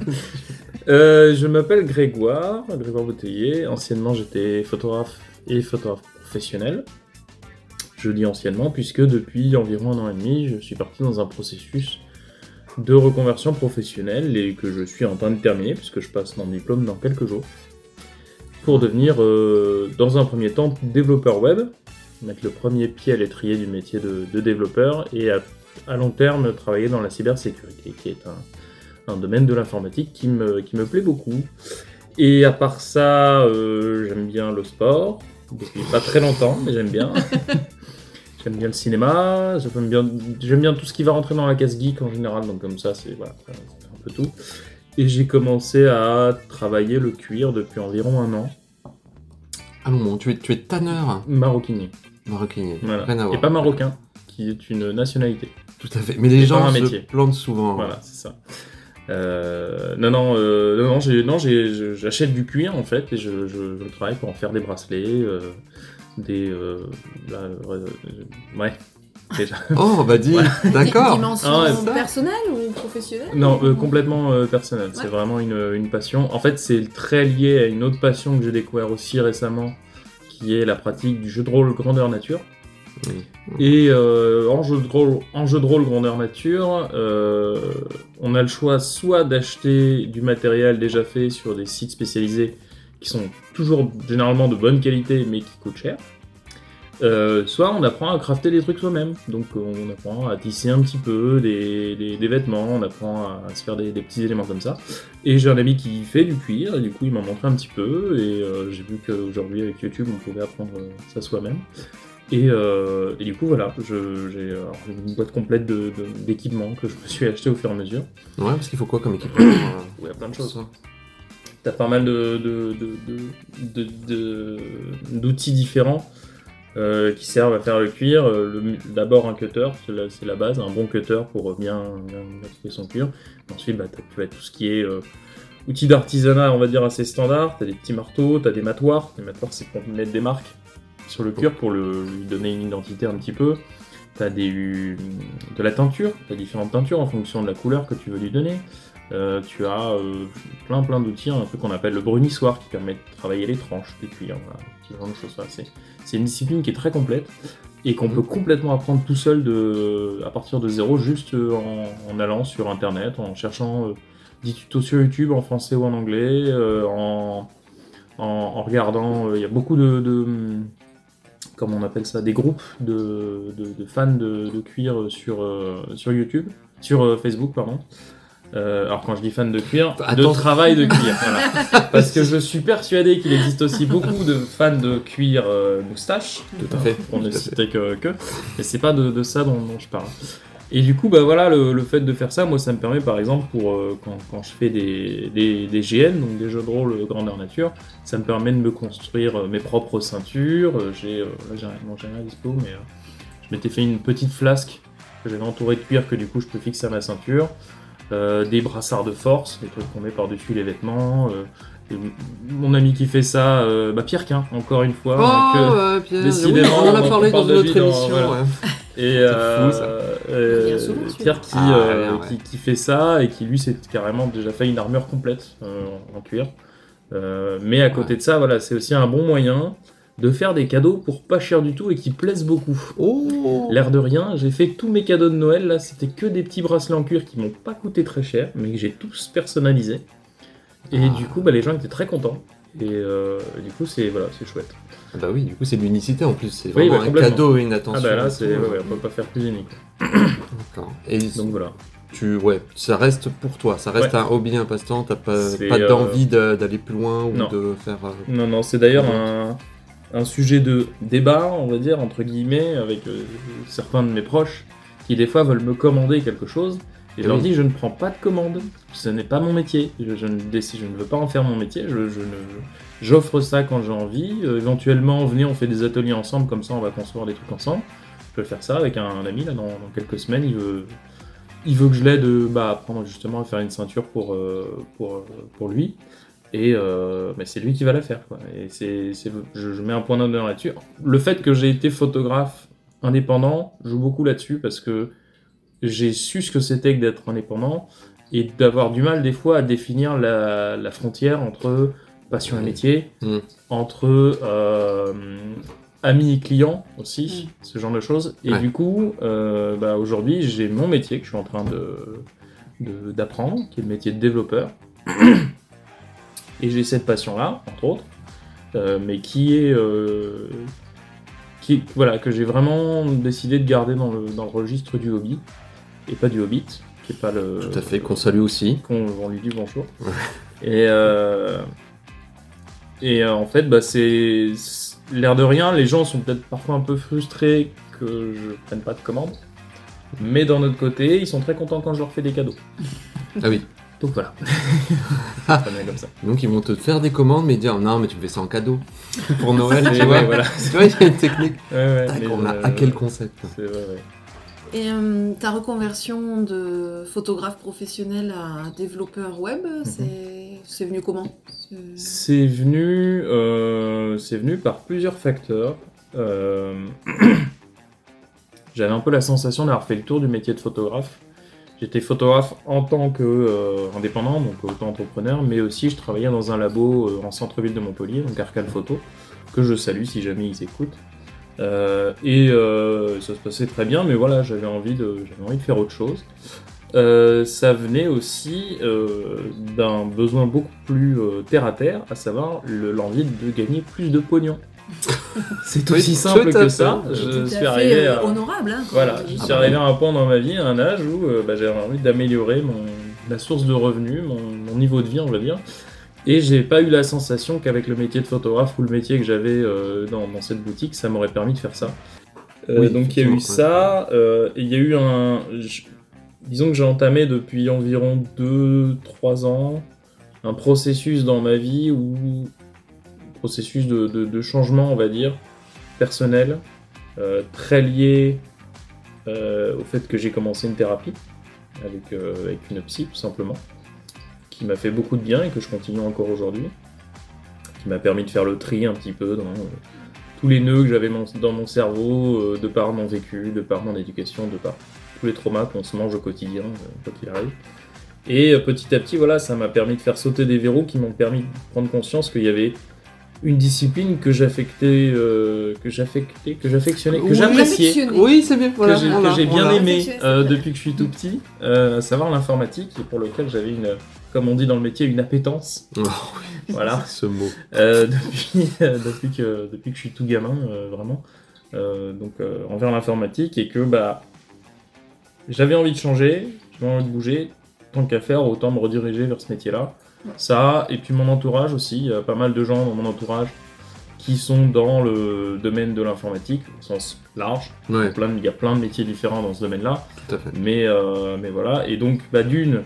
[SPEAKER 4] Euh, je m'appelle Grégoire, Grégoire Bouteiller. Anciennement, j'étais photographe et photographe professionnel. Je dis anciennement puisque depuis environ un an et demi, je suis parti dans un processus de reconversion professionnelle et que je suis en train de terminer puisque je passe mon diplôme dans quelques jours pour devenir, euh, dans un premier temps, développeur web, mettre le premier pied à l'étrier du métier de, de développeur et à, à long terme travailler dans la cybersécurité, qui est un, un domaine de l'informatique qui me, qui me plaît beaucoup. Et à part ça, euh, j'aime bien le sport, depuis pas très longtemps, mais j'aime bien. J'aime bien le cinéma, j'aime bien, j'aime bien tout ce qui va rentrer dans la case geek en général, donc comme ça, c'est voilà, c'est un peu tout. Et j'ai commencé à travailler le cuir depuis environ un an,
[SPEAKER 1] Ah bon, tu es, tu es tanneur
[SPEAKER 4] maroquinier.
[SPEAKER 1] maroquinier.
[SPEAKER 4] Voilà.
[SPEAKER 1] Rien à voir.
[SPEAKER 4] Et pas marocain, qui est une nationalité.
[SPEAKER 1] Tout à fait. Mais les
[SPEAKER 4] Et
[SPEAKER 1] gens
[SPEAKER 4] pas un
[SPEAKER 1] se
[SPEAKER 4] métier.
[SPEAKER 1] plantent souvent.
[SPEAKER 4] Voilà, c'est ça. Euh, non, non, euh, non, non, j'ai, non j'ai, je- j'achète du cuir en fait et je, je, je travaille pour en faire des bracelets, euh, des, euh, là, euh, ouais, déjà.
[SPEAKER 1] Oh bah dis,
[SPEAKER 4] Ouais.
[SPEAKER 1] d'accord.
[SPEAKER 2] Dimension
[SPEAKER 4] Ah ouais,
[SPEAKER 1] ça.
[SPEAKER 2] personnelle ou professionnelle?
[SPEAKER 4] Non, euh, complètement euh, personnel. C'est
[SPEAKER 2] Ouais.
[SPEAKER 4] vraiment une, une passion. En fait, c'est très lié à une autre passion que j'ai découvert aussi récemment, qui est la pratique du jeu de rôle grandeur nature.
[SPEAKER 1] Oui.
[SPEAKER 4] Et euh, en, jeu de rôle, en jeu de rôle grandeur nature, euh, on a le choix soit d'acheter du matériel déjà fait sur des sites spécialisés qui sont toujours généralement de bonne qualité mais qui coûtent cher. Euh, soit on apprend à crafter des trucs soi-même, donc on apprend à tisser un petit peu des, des, des vêtements, on apprend à se faire des, des petits éléments comme ça. Et j'ai un ami qui fait du cuir, et du coup il m'a montré un petit peu, et euh, j'ai vu qu'aujourd'hui avec YouTube on pouvait apprendre ça soi-même. Et, euh, et du coup, voilà, je, j'ai euh, une boîte complète de, de, d'équipements que je me suis acheté au fur et à mesure.
[SPEAKER 1] Ouais, parce qu'il faut quoi comme équipement euh,
[SPEAKER 4] Il y a plein de choses.
[SPEAKER 1] ça
[SPEAKER 4] T'as pas mal de, de, de, de, de, de- d'outils différents euh, qui servent à faire le cuir. Euh, le- d'abord un cutter, c'est la, c'est la base, un bon cutter pour bien, bien appliquer son cuir. Ensuite, bah, t'as, tu as tout ce qui est euh, outils d'artisanat, on va dire assez standard. T'as des petits marteaux, t'as des matoirs. Les matoirs, c'est pour mettre des marques sur le cuir pour le, lui donner une identité un petit peu. T'as des, de la teinture, t'as différentes teintures en fonction de la couleur que tu veux lui donner. Euh, tu as euh, plein plein d'outils, un truc qu'on appelle le brunissoir qui permet de travailler les tranches des cuirs, voilà, ce genre de choses. Voilà. C'est, c'est une discipline qui est très complète et qu'on peut complètement apprendre tout seul de, à partir de zéro, juste en, en allant sur internet, en cherchant euh, des tutos sur YouTube en français ou en anglais, euh, en, en, en regardant. Il euh, y a beaucoup de, de comment on appelle ça, des groupes de, de, de fans de, de cuir sur, euh, sur YouTube, sur euh, Facebook, pardon. Euh, alors quand je dis fan de cuir,
[SPEAKER 1] Attends.
[SPEAKER 4] de travail de cuir, voilà. Parce que je suis persuadé qu'il existe aussi beaucoup de fans de cuir euh, moustache,
[SPEAKER 1] Tout à fait.
[SPEAKER 4] pour ne
[SPEAKER 1] Tout à
[SPEAKER 4] citer que, que, mais c'est pas de, de ça dont, dont je parle. Et du coup, bah voilà, le, le fait de faire ça, moi ça me permet par exemple pour euh, quand, quand je fais des, des, des G N, donc des jeux de rôle grandeur nature, ça me permet de me construire euh, mes propres ceintures. Euh, j'ai, euh, là j'ai rien, non, j'ai rien à dispo, mais euh, je m'étais fait une petite flasque que j'avais entourée de cuir que du coup je peux fixer à ma ceinture. Euh, des brassards de force, des trucs qu'on met par-dessus les vêtements. Euh, et mon ami qui fait ça, euh, bah Pierre Quin, encore une fois.
[SPEAKER 1] Oh,
[SPEAKER 4] que,
[SPEAKER 1] euh, Pierre,
[SPEAKER 4] décidément,
[SPEAKER 1] oui, on en a
[SPEAKER 4] on
[SPEAKER 1] parlé
[SPEAKER 4] parle
[SPEAKER 1] dans
[SPEAKER 4] de
[SPEAKER 1] une
[SPEAKER 4] lui
[SPEAKER 1] autre
[SPEAKER 4] dans-
[SPEAKER 1] émission.
[SPEAKER 4] voilà.
[SPEAKER 1] Ouais.
[SPEAKER 4] Et
[SPEAKER 1] C'est
[SPEAKER 4] euh,
[SPEAKER 1] fou, ça.
[SPEAKER 4] euh,
[SPEAKER 2] Il revient souvent, celui-là.
[SPEAKER 4] Pierre qui,
[SPEAKER 1] Ah,
[SPEAKER 4] euh,
[SPEAKER 1] ouais, ouais.
[SPEAKER 4] qui, qui fait ça et qui lui s'est carrément déjà fait une armure complète euh, en cuir. Euh, mais à côté
[SPEAKER 1] Ouais.
[SPEAKER 4] de ça, voilà, c'est aussi un bon moyen de faire des cadeaux pour pas cher du tout et qui plaisent beaucoup.
[SPEAKER 1] Oh
[SPEAKER 4] L'air de rien, j'ai fait tous mes cadeaux de Noël, là, c'était que des petits bracelets en cuir qui m'ont pas coûté très cher, mais que j'ai tous personnalisés. Et
[SPEAKER 1] Ah.
[SPEAKER 4] du coup, bah, les gens étaient très contents. Et euh, du coup, c'est voilà, c'est chouette.
[SPEAKER 1] Ah Bah oui, du coup c'est de l'unicité en plus, c'est
[SPEAKER 4] Oui,
[SPEAKER 1] vraiment
[SPEAKER 4] bah,
[SPEAKER 1] un
[SPEAKER 4] complètement.
[SPEAKER 1] cadeau et une attention.
[SPEAKER 4] Ah bah là,
[SPEAKER 1] et
[SPEAKER 4] c'est,
[SPEAKER 1] tout.
[SPEAKER 4] ouais, ouais, on peut pas faire plus unique.
[SPEAKER 1] D'accord. Et
[SPEAKER 4] Donc voilà.
[SPEAKER 1] tu, ouais, ça reste pour toi, ça reste
[SPEAKER 4] Ouais.
[SPEAKER 1] un hobby, un passe-temps, t'as pas,
[SPEAKER 4] C'est,
[SPEAKER 1] pas
[SPEAKER 4] euh,
[SPEAKER 1] d'envie de- d'aller plus loin ou
[SPEAKER 4] non.
[SPEAKER 1] de faire... euh,
[SPEAKER 4] Non, non, c'est d'ailleurs
[SPEAKER 1] Ouais.
[SPEAKER 4] un, un sujet de débat, on va dire, entre guillemets, avec euh, certains de mes proches qui des fois veulent me commander quelque chose. Et je
[SPEAKER 1] Eh
[SPEAKER 4] leur
[SPEAKER 1] oui.
[SPEAKER 4] dis, je ne prends pas de commande, ce n'est pas mon métier, je, je ne décide, je ne veux pas en faire mon métier, je, je ne, j'offre ça quand j'ai envie, euh, éventuellement, venez, on fait des ateliers ensemble, comme ça on va construire des trucs ensemble. Je peux faire ça avec un, un ami, là, dans, dans quelques semaines, il veut, il veut que je l'aide euh, bah, à apprendre justement à faire une ceinture pour, euh, pour, euh, pour lui. Et euh, bah, c'est lui qui va la faire, quoi. Et c'est, c'est, je, je mets un point d'honneur là-dessus. Le fait que j'ai été photographe indépendant joue beaucoup là-dessus parce que j'ai su ce que c'était que d'être indépendant et d'avoir du mal des fois à définir la, la frontière entre passion et métier,
[SPEAKER 1] Mm.
[SPEAKER 4] entre euh, amis et clients aussi, ce genre de choses. Et
[SPEAKER 1] Ouais.
[SPEAKER 4] du coup, euh, bah, aujourd'hui, j'ai mon métier que je suis en train de, de- d'apprendre, qui est le métier de développeur. Et j'ai cette passion-là, entre autres, euh, mais qui est, euh, qui, voilà, que j'ai vraiment décidé de garder dans le, dans le registre du hobby, et pas du Hobbit, qui est pas le...
[SPEAKER 1] Tout à fait, qu'on salue aussi.
[SPEAKER 4] qu'on on lui dit bonjour.
[SPEAKER 1] Ouais.
[SPEAKER 4] Et, euh, et euh, en fait, bah, c'est c'est- l'air de rien, les gens sont peut-être parfois un peu frustrés que je prenne pas de commande, mais d'un autre côté, ils sont très contents quand je leur fais des cadeaux.
[SPEAKER 1] Ah oui.
[SPEAKER 4] Donc voilà. C'est très bien comme ça.
[SPEAKER 1] Donc ils vont te faire des commandes mais dire non mais tu me fais ça en cadeau pour Noël,
[SPEAKER 4] Et
[SPEAKER 1] tu vois.
[SPEAKER 4] ouais, voilà.
[SPEAKER 1] Tu vois, il y a une technique.
[SPEAKER 4] Ouais, ouais,
[SPEAKER 1] Tac,
[SPEAKER 4] mais,
[SPEAKER 1] on a
[SPEAKER 4] euh,
[SPEAKER 1] hacké le concept.
[SPEAKER 4] c'est- ouais, ouais.
[SPEAKER 2] Et euh, ta reconversion de photographe professionnel à développeur web, c'est, c'est venu comment C'est-
[SPEAKER 4] C'est venu, euh, c'est venu par plusieurs facteurs. Euh, J'avais un peu la sensation d'avoir fait le tour du métier de photographe. J'étais photographe en tant qu'indépendant, donc auto-entrepreneur, mais aussi je travaillais dans un labo euh, en centre-ville de Montpellier, donc Arcane Photo, que je salue si jamais ils écoutent. Euh, et euh, ça se passait très bien, mais voilà, j'avais envie de, j'avais envie de faire autre chose. Euh, ça venait aussi euh, d'un besoin beaucoup plus euh, terre à terre, à savoir le- l'envie de gagner plus de pognon. C'est
[SPEAKER 1] Oui,
[SPEAKER 4] aussi simple
[SPEAKER 1] tout à
[SPEAKER 4] que
[SPEAKER 1] fait.
[SPEAKER 4] ça.
[SPEAKER 2] Tout
[SPEAKER 4] Je
[SPEAKER 2] à
[SPEAKER 4] suis
[SPEAKER 2] fait,
[SPEAKER 4] arrivé
[SPEAKER 2] euh,
[SPEAKER 4] à...
[SPEAKER 2] honorable. Hein, quand
[SPEAKER 4] Voilà,
[SPEAKER 2] même.
[SPEAKER 4] je
[SPEAKER 1] Ah
[SPEAKER 4] suis
[SPEAKER 1] bah
[SPEAKER 4] arrivé
[SPEAKER 1] oui.
[SPEAKER 4] à un point dans ma vie, à un âge où euh, bah, j'avais envie d'améliorer mon, ma source de revenus, mon, mon niveau de vie, on va dire. Et j'ai pas eu la sensation qu'avec le métier de photographe ou le métier que j'avais euh, dans, dans cette boutique, ça m'aurait permis de faire ça. Euh,
[SPEAKER 1] Oui,
[SPEAKER 4] donc il y a eu ça, euh, et il y a eu un... je- disons que j'ai entamé depuis environ deux trois ans un processus dans ma vie où... processus de, de, de changement, on va dire, personnel, euh, très lié euh, au fait que j'ai commencé une thérapie avec, euh, avec une psy, tout simplement, qui m'a fait beaucoup de bien et que je continue encore aujourd'hui, qui m'a permis de faire le tri un petit peu dans euh, tous les nœuds que j'avais mon- dans mon cerveau, euh, de par mon vécu, de par mon éducation, de par tous les traumas qu'on se mange au quotidien, euh, quoi qu'il arrive. Et euh, petit à petit, voilà, ça m'a permis de faire sauter des verrous qui m'ont permis de prendre conscience qu'il y avait une discipline que j'affectais, euh, que j'affectais, que j'affectionnais, que
[SPEAKER 1] Oui,
[SPEAKER 4] j'appréciais,
[SPEAKER 2] affectionné.
[SPEAKER 1] Oui, c'est bien. Voilà,
[SPEAKER 4] que j'ai, que
[SPEAKER 1] voilà,
[SPEAKER 4] j'ai bien
[SPEAKER 1] voilà.
[SPEAKER 4] aimé
[SPEAKER 2] Affectionné, c'est
[SPEAKER 4] euh,
[SPEAKER 2] très
[SPEAKER 4] depuis que je suis tout petit, euh, à savoir l'informatique, et pour lequel j'avais une, comme on dit dans le métier, une appétence.
[SPEAKER 1] Oh,
[SPEAKER 4] Voilà.
[SPEAKER 1] ce mot.
[SPEAKER 4] Euh, depuis, euh, depuis, que, depuis que je suis tout gamin, euh, vraiment, euh, donc euh, envers l'informatique, et que bah, j'avais envie de changer, j'avais envie de bouger, tant qu'à faire, autant me rediriger vers ce métier-là. Ça, et puis mon entourage aussi, il y a pas mal de gens dans mon entourage qui sont dans le domaine de l'informatique, au sens large.
[SPEAKER 1] Ouais,
[SPEAKER 4] Plein de- il y a plein de métiers différents dans ce domaine-là,
[SPEAKER 1] tout à fait.
[SPEAKER 4] mais, euh, mais voilà, et donc bah, d'une,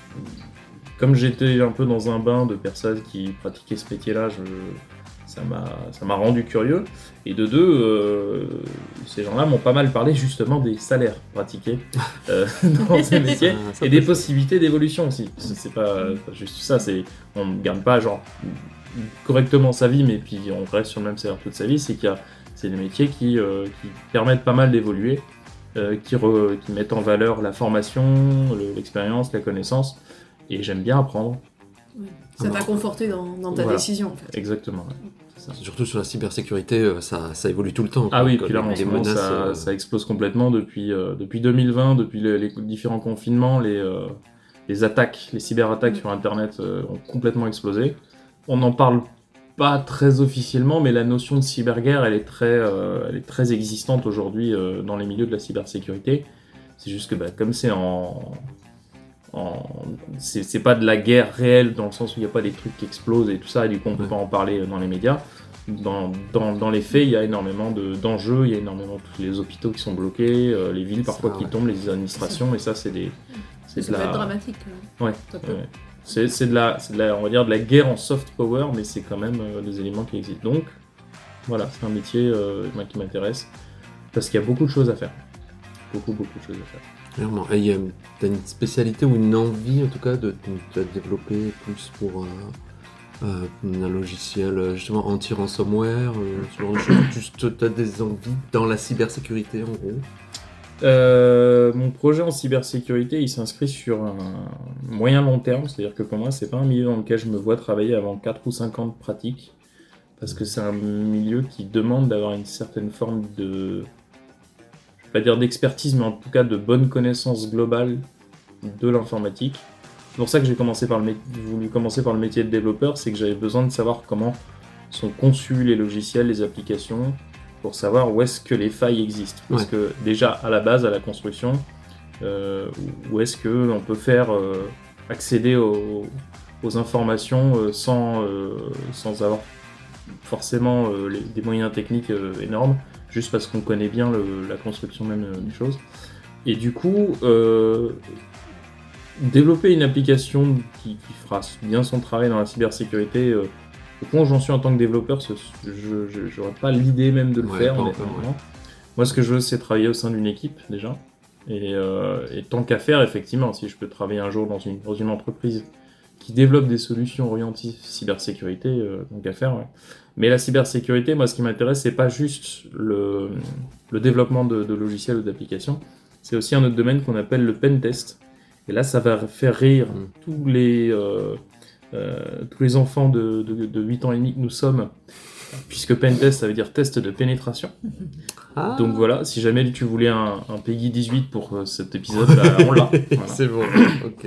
[SPEAKER 4] comme j'étais un peu dans un bain de personnes qui pratiquaient ce métier-là, je, ça m'a ça m'a rendu curieux. Et de deux, euh, ces gens-là m'ont pas mal parlé justement des salaires pratiqués euh, dans ce métier
[SPEAKER 1] Ça- ça
[SPEAKER 4] et
[SPEAKER 1] peut-
[SPEAKER 4] des possibilités d'évolution aussi. C'est c'est pas, pas juste ça, c'est on ne gagne pas genre correctement sa vie, mais puis on reste sur le même salaire toute sa vie. C'est qu'il y a c'est des métiers qui, euh, qui permettent pas mal d'évoluer, euh, qui, re- qui mettent en valeur la formation, le- l'expérience, la connaissance. Et j'aime bien apprendre.
[SPEAKER 2] Ça t'a conforté dans, dans ta
[SPEAKER 4] Voilà.
[SPEAKER 2] décision, en fait.
[SPEAKER 4] Exactement. ouais. C'est ça.
[SPEAKER 1] Surtout sur la cybersécurité, euh, ça, ça évolue tout le temps.
[SPEAKER 4] Ah
[SPEAKER 1] quoi.
[SPEAKER 4] oui,
[SPEAKER 1] Quand
[SPEAKER 4] puis là,
[SPEAKER 1] il y a
[SPEAKER 4] en ce
[SPEAKER 1] des
[SPEAKER 4] moment,
[SPEAKER 1] menaces,
[SPEAKER 4] ça,
[SPEAKER 1] euh,
[SPEAKER 4] ça explose complètement depuis, euh, depuis deux mille vingt, depuis les, les différents confinements, les, euh, les attaques, les cyberattaques
[SPEAKER 2] Mm.
[SPEAKER 4] sur Internet euh, ont complètement explosé. On n'en parle pas très officiellement, mais la notion de cyberguerre, elle est très, euh, elle est très existante aujourd'hui euh, dans les milieux de la cybersécurité. C'est juste que bah, comme c'est en... en- c'est c'est pas de la guerre réelle dans le sens où il n'y a pas des trucs qui explosent et tout ça, et du coup on peut
[SPEAKER 1] Ouais.
[SPEAKER 4] pas en parler dans les médias. Dans, dans, dans les faits, il y a énormément de- d'enjeux, il y a énormément tous les hôpitaux qui sont bloqués, euh, les villes parfois
[SPEAKER 1] Ça,
[SPEAKER 4] qui
[SPEAKER 1] ouais.
[SPEAKER 4] tombent, les administrations, et ça c'est des... C'est
[SPEAKER 2] Ça
[SPEAKER 4] de
[SPEAKER 2] peut
[SPEAKER 4] la...
[SPEAKER 2] être dramatique. euh,
[SPEAKER 4] Ouais,
[SPEAKER 2] ça peut.
[SPEAKER 4] ouais. C'est c'est de la, c'est de la, on va dire de la guerre en soft power, mais c'est quand même euh, des éléments qui existent. Donc, voilà, c'est un métier euh, moi, qui m'intéresse parce qu'il y a beaucoup de choses à faire, beaucoup beaucoup de choses à faire.
[SPEAKER 1] Clairement. Et euh, t'as une spécialité ou une envie, en tout cas, de, de te développer plus pour euh, euh, un logiciel euh, justement anti-ransomware, euh, ce genre de choses. Juste, t'as des envies dans la cybersécurité, en gros.
[SPEAKER 4] Euh, mon projet en cybersécurité, il s'inscrit sur un moyen long terme, c'est-à-dire que pour moi, c'est pas un milieu dans lequel je me vois travailler avant quatre ou cinq ans de pratique, parce que c'est un milieu qui demande d'avoir une certaine forme de, je vais pas dire d'expertise, mais en tout cas de bonne connaissance globale de l'informatique. C'est pour ça que j'ai commencé par le mé- voulu commencer par le métier de développeur, c'est que j'avais besoin de savoir comment sont conçus les logiciels, les applications, pour savoir où est-ce que les failles existent. Parce
[SPEAKER 1] Ouais.
[SPEAKER 4] que déjà, à la base, à la construction, euh, où est-ce qu'on peut faire euh, accéder aux, aux informations euh, sans, euh, sans avoir forcément euh, les- des moyens techniques euh, énormes, juste parce qu'on connaît bien le- la construction même euh, des choses. Et du coup, euh, développer une application qui, qui fera bien son travail dans la cybersécurité, euh, au point où j'en suis en tant que développeur, ce- je n'aurais pas l'idée même de le
[SPEAKER 1] Ouais,
[SPEAKER 4] faire,
[SPEAKER 1] pas
[SPEAKER 4] honnêtement.
[SPEAKER 1] encore, ouais.
[SPEAKER 4] Moi, ce que je veux, c'est travailler au sein d'une équipe, déjà. Et, euh, et tant qu'à faire, effectivement, si je peux travailler un jour dans une, dans une entreprise qui développe des solutions orientées cybersécurité, euh, tant qu'à faire, ouais. Mais la cybersécurité, moi, ce qui m'intéresse, c'est pas juste le, le développement de, de logiciels ou d'applications, c'est aussi un autre domaine qu'on appelle le pen test. Et là, ça va faire rire
[SPEAKER 1] Mm.
[SPEAKER 4] tous les... euh, Euh, tous les enfants de, de, de huit ans et demi que nous sommes, puisque pen test, ça veut dire test de pénétration.
[SPEAKER 1] Ah,
[SPEAKER 4] Donc voilà, si jamais tu voulais un, un Peggy dix-huit pour euh, cet épisode, bah, on l'a. Voilà.
[SPEAKER 1] c'est bon. Ok.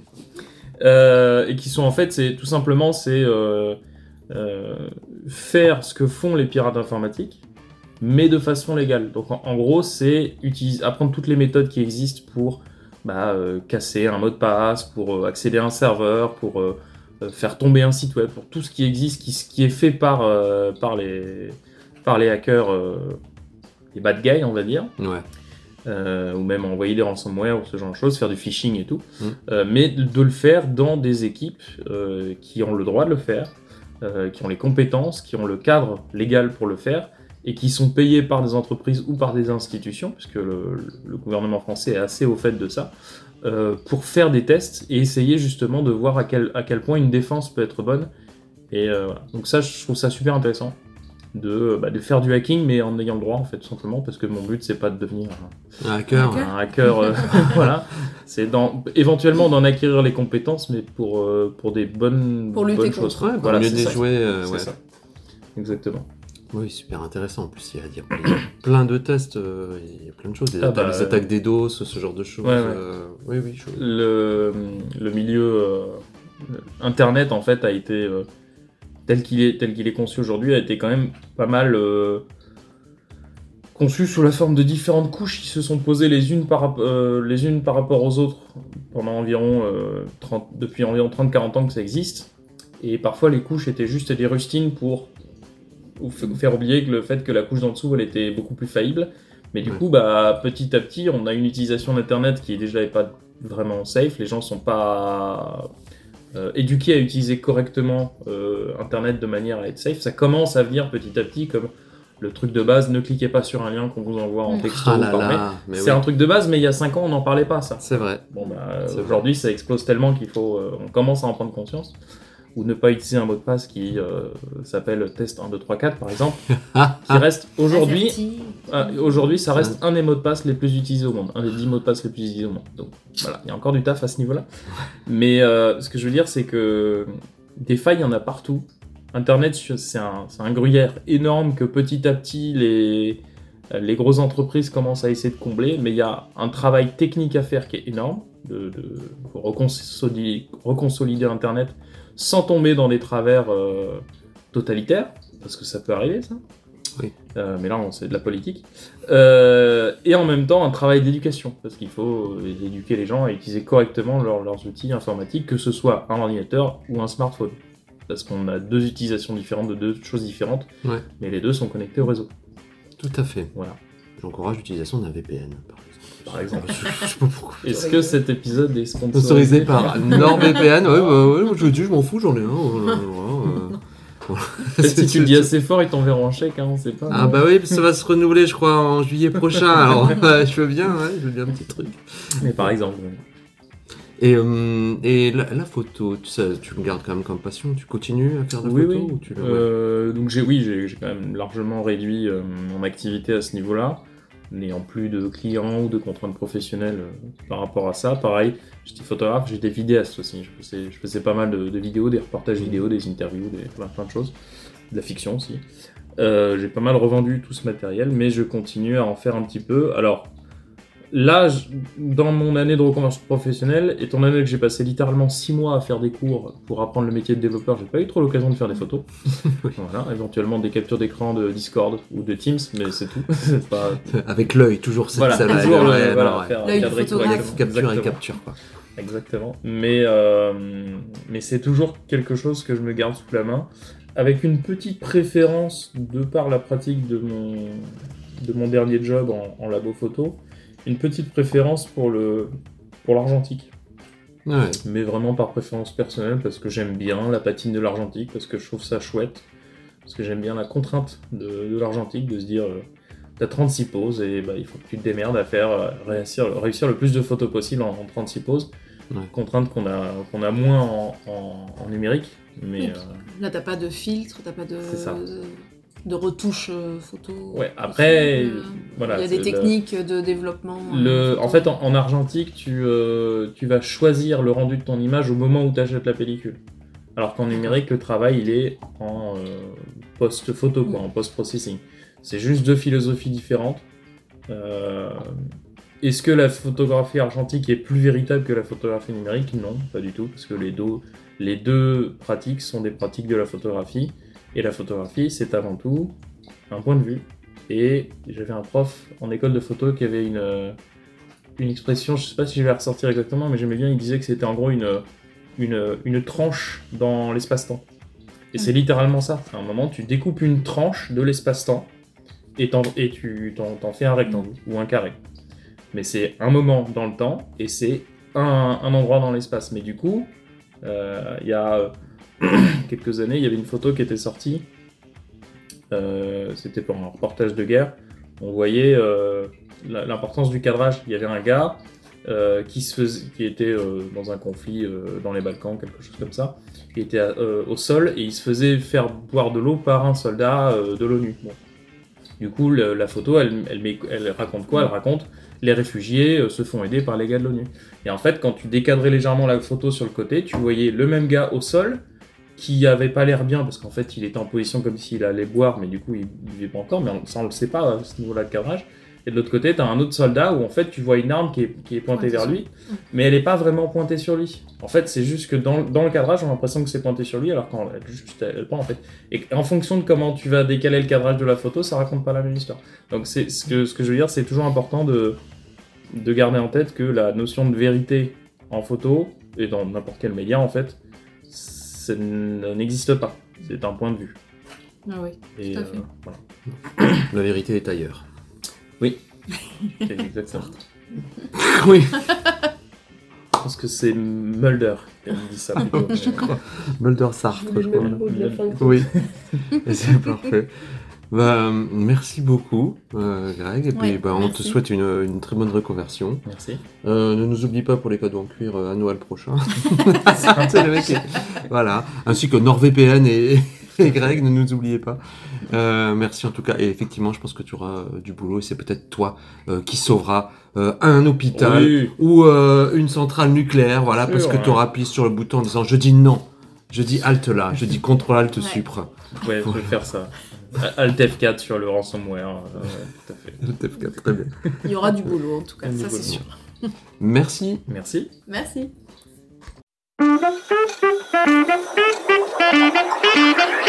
[SPEAKER 4] Euh, et qui sont en fait, c'est tout simplement, c'est euh, euh, faire ce que font les pirates informatiques, mais de façon légale. Donc en, en gros, c'est utiliser, apprendre toutes les méthodes qui existent pour bah, euh, casser un mot de passe, pour euh, accéder à un serveur, pour euh, euh, faire tomber un site web, pour tout ce qui existe, qui, qui est fait par, euh, par, les, par les hackers, euh, les bad guys, on va dire.
[SPEAKER 1] Ouais.
[SPEAKER 4] Euh, ou même envoyer des ransomware ou ce genre de choses, faire du phishing et tout,
[SPEAKER 1] Mm.
[SPEAKER 4] euh, mais de le faire dans des équipes euh, qui ont le droit de le faire, euh, qui ont les compétences, qui ont le cadre légal pour le faire, et qui sont payés par des entreprises ou par des institutions, puisque le, le gouvernement français est assez au fait de ça, euh, pour faire des tests et essayer justement de voir à quel, à quel point une défense peut être bonne. Et euh, voilà. Donc ça, je trouve ça super intéressant. De, bah, de faire du hacking, mais en ayant le droit, en fait, tout simplement, parce que mon but, c'est pas de devenir un,
[SPEAKER 1] Un hacker.
[SPEAKER 2] Hacker.
[SPEAKER 4] un hacker, euh, voilà. C'est dans, éventuellement d'en acquérir les compétences, mais pour, euh, pour des bonnes,
[SPEAKER 2] Pour lutter
[SPEAKER 4] bonnes
[SPEAKER 2] contre.
[SPEAKER 4] choses.
[SPEAKER 1] Ouais, pour
[SPEAKER 4] Voilà,
[SPEAKER 1] mieux
[SPEAKER 4] c'est
[SPEAKER 1] les
[SPEAKER 4] ça.
[SPEAKER 1] jouer. euh,
[SPEAKER 4] C'est
[SPEAKER 1] ouais.
[SPEAKER 4] ça. Exactement.
[SPEAKER 1] Oui, super intéressant. En plus, il y a, il y a- il y a plein de tests, euh, il y a plein de choses. Des
[SPEAKER 4] Ah
[SPEAKER 1] attaques,
[SPEAKER 4] bah,
[SPEAKER 1] les attaques des dos, ce, ce genre de choses.
[SPEAKER 4] Ouais, ouais.
[SPEAKER 1] euh, oui, oui, je...
[SPEAKER 4] Le, le milieu euh, Internet, en fait, a été, euh, tel qu'il est, tel qu'il est conçu aujourd'hui, a été quand même pas mal euh, conçu sous la forme de différentes couches qui se sont posées les unes par, rap- euh, les unes par rapport aux autres pendant environ euh, trente, depuis environ trente à quarante ans que ça existe. Et parfois, les couches étaient juste des rustines pour vous f- vous faire oublier que le fait que la couche d'en dessous, elle était beaucoup plus faillible. Mais du
[SPEAKER 1] Ouais.
[SPEAKER 4] coup, bah, petit à petit, on a une utilisation d'Internet qui déjà n'est pas vraiment safe. Les gens sont pas euh, éduqués à utiliser correctement euh, Internet de manière à être safe. Ça commence à venir petit à petit comme le truc de base, ne cliquez pas sur un lien qu'on vous envoie en
[SPEAKER 2] Mm.
[SPEAKER 4] texto
[SPEAKER 1] Ah
[SPEAKER 4] ou
[SPEAKER 1] là
[SPEAKER 4] par mail.
[SPEAKER 1] là, mais
[SPEAKER 4] C'est
[SPEAKER 1] oui,
[SPEAKER 4] un truc de base, mais il y a cinq ans, on n'en parlait pas, ça.
[SPEAKER 1] c'est vrai.
[SPEAKER 4] Bon, bah,
[SPEAKER 1] C'est
[SPEAKER 4] aujourd'hui, ça explose tellement qu'il faut, euh, on commence à en prendre conscience. Ou ne pas utiliser un mot de passe qui euh, s'appelle test un deux trois quatre, par exemple,
[SPEAKER 1] Ah,
[SPEAKER 4] qui reste aujourd'hui,
[SPEAKER 2] Averti.
[SPEAKER 4] ah, aujourd'hui, ça reste un des mots de passe les plus utilisés au monde, un des dix mots de passe les plus utilisés au monde. Donc voilà, il y a encore du taf à ce niveau-là. Mais euh, ce que je veux dire, c'est que des failles, il y en a partout. Internet, c'est un, c'est un gruyère énorme que petit à petit, les, les grosses entreprises commencent à essayer de combler, mais il y a un travail technique à faire qui est énorme, de, de reconsolider, reconsolider Internet sans tomber dans des travers euh, totalitaires, parce que ça peut arriver, ça.
[SPEAKER 1] Oui.
[SPEAKER 4] Euh, mais là, on- c'est de la politique. Euh, et en même temps, un travail d'éducation, parce qu'il faut euh, éduquer les gens à utiliser correctement leur- leurs outils informatiques, que ce soit un ordinateur ou un smartphone. Parce qu'on a deux utilisations différentes de deux choses différentes,
[SPEAKER 1] Ouais.
[SPEAKER 4] mais les deux sont connectés au réseau.
[SPEAKER 1] Tout à fait.
[SPEAKER 4] Voilà.
[SPEAKER 1] J'encourage l'utilisation d'un V P N, par exemple.
[SPEAKER 4] Par exemple.
[SPEAKER 1] Je, je sais pas pourquoi.
[SPEAKER 4] Est-ce que cet épisode est sponsorisé,
[SPEAKER 1] Sponsorisé par NordVPN, ouais, bah, ouais, moi, je dis, je m'en fous, j'en ai un. Voilà, voilà, euh.
[SPEAKER 4] Peut-être si tu le dis assez fort, ils t'enverront un chèque, hein, on sait pas.
[SPEAKER 1] Ah bah oui, ça va se renouveler, je crois, en juillet prochain. Alors, ouais, je veux bien, ouais, je veux bien un petit truc.
[SPEAKER 4] Mais par exemple.
[SPEAKER 1] Et, euh, et la, la photo, tu, sais, tu le gardes quand même comme passion. Tu continues à faire de la
[SPEAKER 4] Oui,
[SPEAKER 1] photo
[SPEAKER 4] oui.
[SPEAKER 1] ou tu le-
[SPEAKER 4] Euh, donc j'ai, oui, j'ai, j'ai quand même largement réduit euh, mon activité à ce niveau-là, n'ayant plus de clients ou de contraintes professionnelles euh, par rapport à ça. Pareil, j'étais photographe, j'étais vidéaste aussi. Je faisais, je faisais pas mal de, de vidéos, des reportages vidéo, des interviews, des, plein, plein de choses, de la fiction aussi. Euh, j'ai pas mal revendu tout ce matériel, mais je continue à en faire un petit peu. Alors là, je- dans mon année de reconversion professionnelle, étant donné que j'ai passé littéralement six mois à faire des cours pour apprendre le métier de développeur, j'ai pas eu trop l'occasion de faire des photos. Voilà, éventuellement des captures d'écran de Discord ou de Teams, mais c'est tout. C'est pas...
[SPEAKER 1] Avec l'œil, toujours ça.
[SPEAKER 4] Voilà,
[SPEAKER 1] ça va,
[SPEAKER 4] toujours
[SPEAKER 1] ouais,
[SPEAKER 4] le-
[SPEAKER 1] ouais,
[SPEAKER 4] voilà,
[SPEAKER 1] non, ouais.
[SPEAKER 4] faire
[SPEAKER 2] L'œil du
[SPEAKER 4] cadrer
[SPEAKER 2] photographe.
[SPEAKER 4] correctement.
[SPEAKER 1] Capture et
[SPEAKER 4] Exactement.
[SPEAKER 1] capture, quoi.
[SPEAKER 4] Exactement. Mais, euh, mais c'est toujours quelque chose que je me garde sous la main, avec une petite préférence de par la pratique de mon, de mon dernier job en, en labo photo, une petite préférence pour le pour l'argentique.
[SPEAKER 1] Ouais.
[SPEAKER 4] Mais vraiment par préférence personnelle, parce que j'aime bien la patine de l'argentique, parce que je trouve ça chouette, parce que j'aime bien la contrainte de, de l'argentique, de se dire, euh, t'as trente-six poses, et bah, il faut que tu te démerdes à faire, euh, réussir, réussir le plus de photos possible en, en trente-six poses.
[SPEAKER 1] Ouais.
[SPEAKER 4] Contrainte qu'on a, qu'on a moins en, en, en numérique, mais...
[SPEAKER 2] Oui.
[SPEAKER 4] euh,
[SPEAKER 2] Là, t'as pas de filtre, t'as pas de,
[SPEAKER 4] C'est ça.
[SPEAKER 2] de retouche euh, photo.
[SPEAKER 4] Ouais, après,
[SPEAKER 2] Euh,
[SPEAKER 4] voilà,
[SPEAKER 2] Il y a
[SPEAKER 4] c'est
[SPEAKER 2] des
[SPEAKER 4] le-
[SPEAKER 2] techniques de développement.
[SPEAKER 4] Le,
[SPEAKER 2] euh,
[SPEAKER 4] en fait, en, en argentique, tu, euh, tu vas choisir le rendu de ton image au moment où tu achètes la pellicule. Alors qu'en numérique, le travail, il est en euh, post-photo, quoi, en post-processing. C'est juste deux philosophies différentes. Euh, Est-ce que la photographie argentique est plus véritable que la photographie numérique? Non, pas du tout, parce que les deux, les deux pratiques sont des pratiques de la photographie. Et la photographie, c'est avant tout un point de vue. Et j'avais un prof en école de photo qui avait une, euh, une expression, je sais pas si je vais la ressortir exactement, mais j'aimais bien, il disait que c'était en gros une, une, une tranche dans l'espace-temps. Et c'est littéralement ça. À un moment, tu découpes une tranche de l'espace-temps et, t'en, et tu t'en, t'en fais un rectangle ou un carré. Mais c'est un moment dans le temps et c'est un, un endroit dans l'espace. Mais du coup, euh, il y a quelques années, il y avait une photo qui était sortie. Euh, c'était pour un reportage de guerre. On voyait euh, l'importance du cadrage. Il y avait un gars euh, qui, se faisait, qui était euh, dans un conflit euh, dans les Balkans, quelque chose comme ça. Il était euh, au sol et il se faisait faire boire de l'eau par un soldat euh, de l'ONU. Bon. Du coup, le, la photo, elle, elle, met, elle raconte quoi? Elle raconte les réfugiés euh, se font aider par les gars de l'ONU. Et en fait, quand tu décadrais légèrement la photo sur le côté, tu voyais le même gars au sol qui avait pas l'air bien, parce qu'en fait, il était en position comme s'il allait boire, mais du coup, il buvait pas encore, mais ça, on le sait pas à ce niveau-là de cadrage. Et de l'autre côté, tu as un autre soldat où en fait, tu vois une arme qui est, qui est pointée vers lui, mais elle est pas vraiment pointée sur lui. En fait, c'est juste que dans, dans le cadrage, on a l'impression que c'est pointé sur lui, alors qu'en juste, elle pas en fait. Et en fonction de comment tu vas décaler le cadrage de la photo, ça raconte pas la même histoire. Donc, c'est, ce, que, ce que je veux dire, c'est toujours important de, de garder en tête que la notion de vérité en photo, et dans n'importe quel média en fait, ça n'existe pas. C'est un point de vue.
[SPEAKER 2] Ah oui,
[SPEAKER 4] et
[SPEAKER 2] tout à fait.
[SPEAKER 4] Euh, voilà.
[SPEAKER 1] La vérité est ailleurs.
[SPEAKER 4] Oui, c'est exactement.
[SPEAKER 1] Oui,
[SPEAKER 4] Je pense que c'est Mulder qui a dit ça. plutôt, mais-
[SPEAKER 1] je crois. Mulder Sartre, je crois.
[SPEAKER 2] mot de la fin.
[SPEAKER 1] Oui, et c'est parfait. Bah, merci beaucoup, euh, Greg. Et puis,
[SPEAKER 2] Ouais,
[SPEAKER 1] bah, on te
[SPEAKER 2] merci.
[SPEAKER 1] souhaite une, une très bonne reconversion.
[SPEAKER 4] Merci.
[SPEAKER 1] Euh, ne nous oublie pas pour les cadeaux en cuir euh, à Noël prochain. C'est le mec qui- Voilà. Ainsi que NordVPN et, et Greg, ne nous oubliez pas. Euh, merci en tout cas. Et effectivement, je pense que tu auras euh, du boulot et c'est peut-être toi euh, qui sauvera euh, un hôpital
[SPEAKER 4] Oui.
[SPEAKER 1] ou euh, une centrale nucléaire. Voilà,
[SPEAKER 4] Sûr,
[SPEAKER 1] parce que
[SPEAKER 4] ouais.
[SPEAKER 1] tu auras appuyé sur le bouton en disant je dis non. Je dis Alt là. Je dis contrôle Alt
[SPEAKER 2] Ouais.
[SPEAKER 1] Supre.
[SPEAKER 4] Ouais, je vais faire ça. Alt F quatre sur le ransomware. euh, ouais, tout à fait.
[SPEAKER 1] Très bien.
[SPEAKER 2] Il y aura du boulot en tout cas,
[SPEAKER 4] Du
[SPEAKER 2] ça
[SPEAKER 4] boulot.
[SPEAKER 2] c'est sûr.
[SPEAKER 4] Merci.
[SPEAKER 2] Merci.
[SPEAKER 5] Thank you.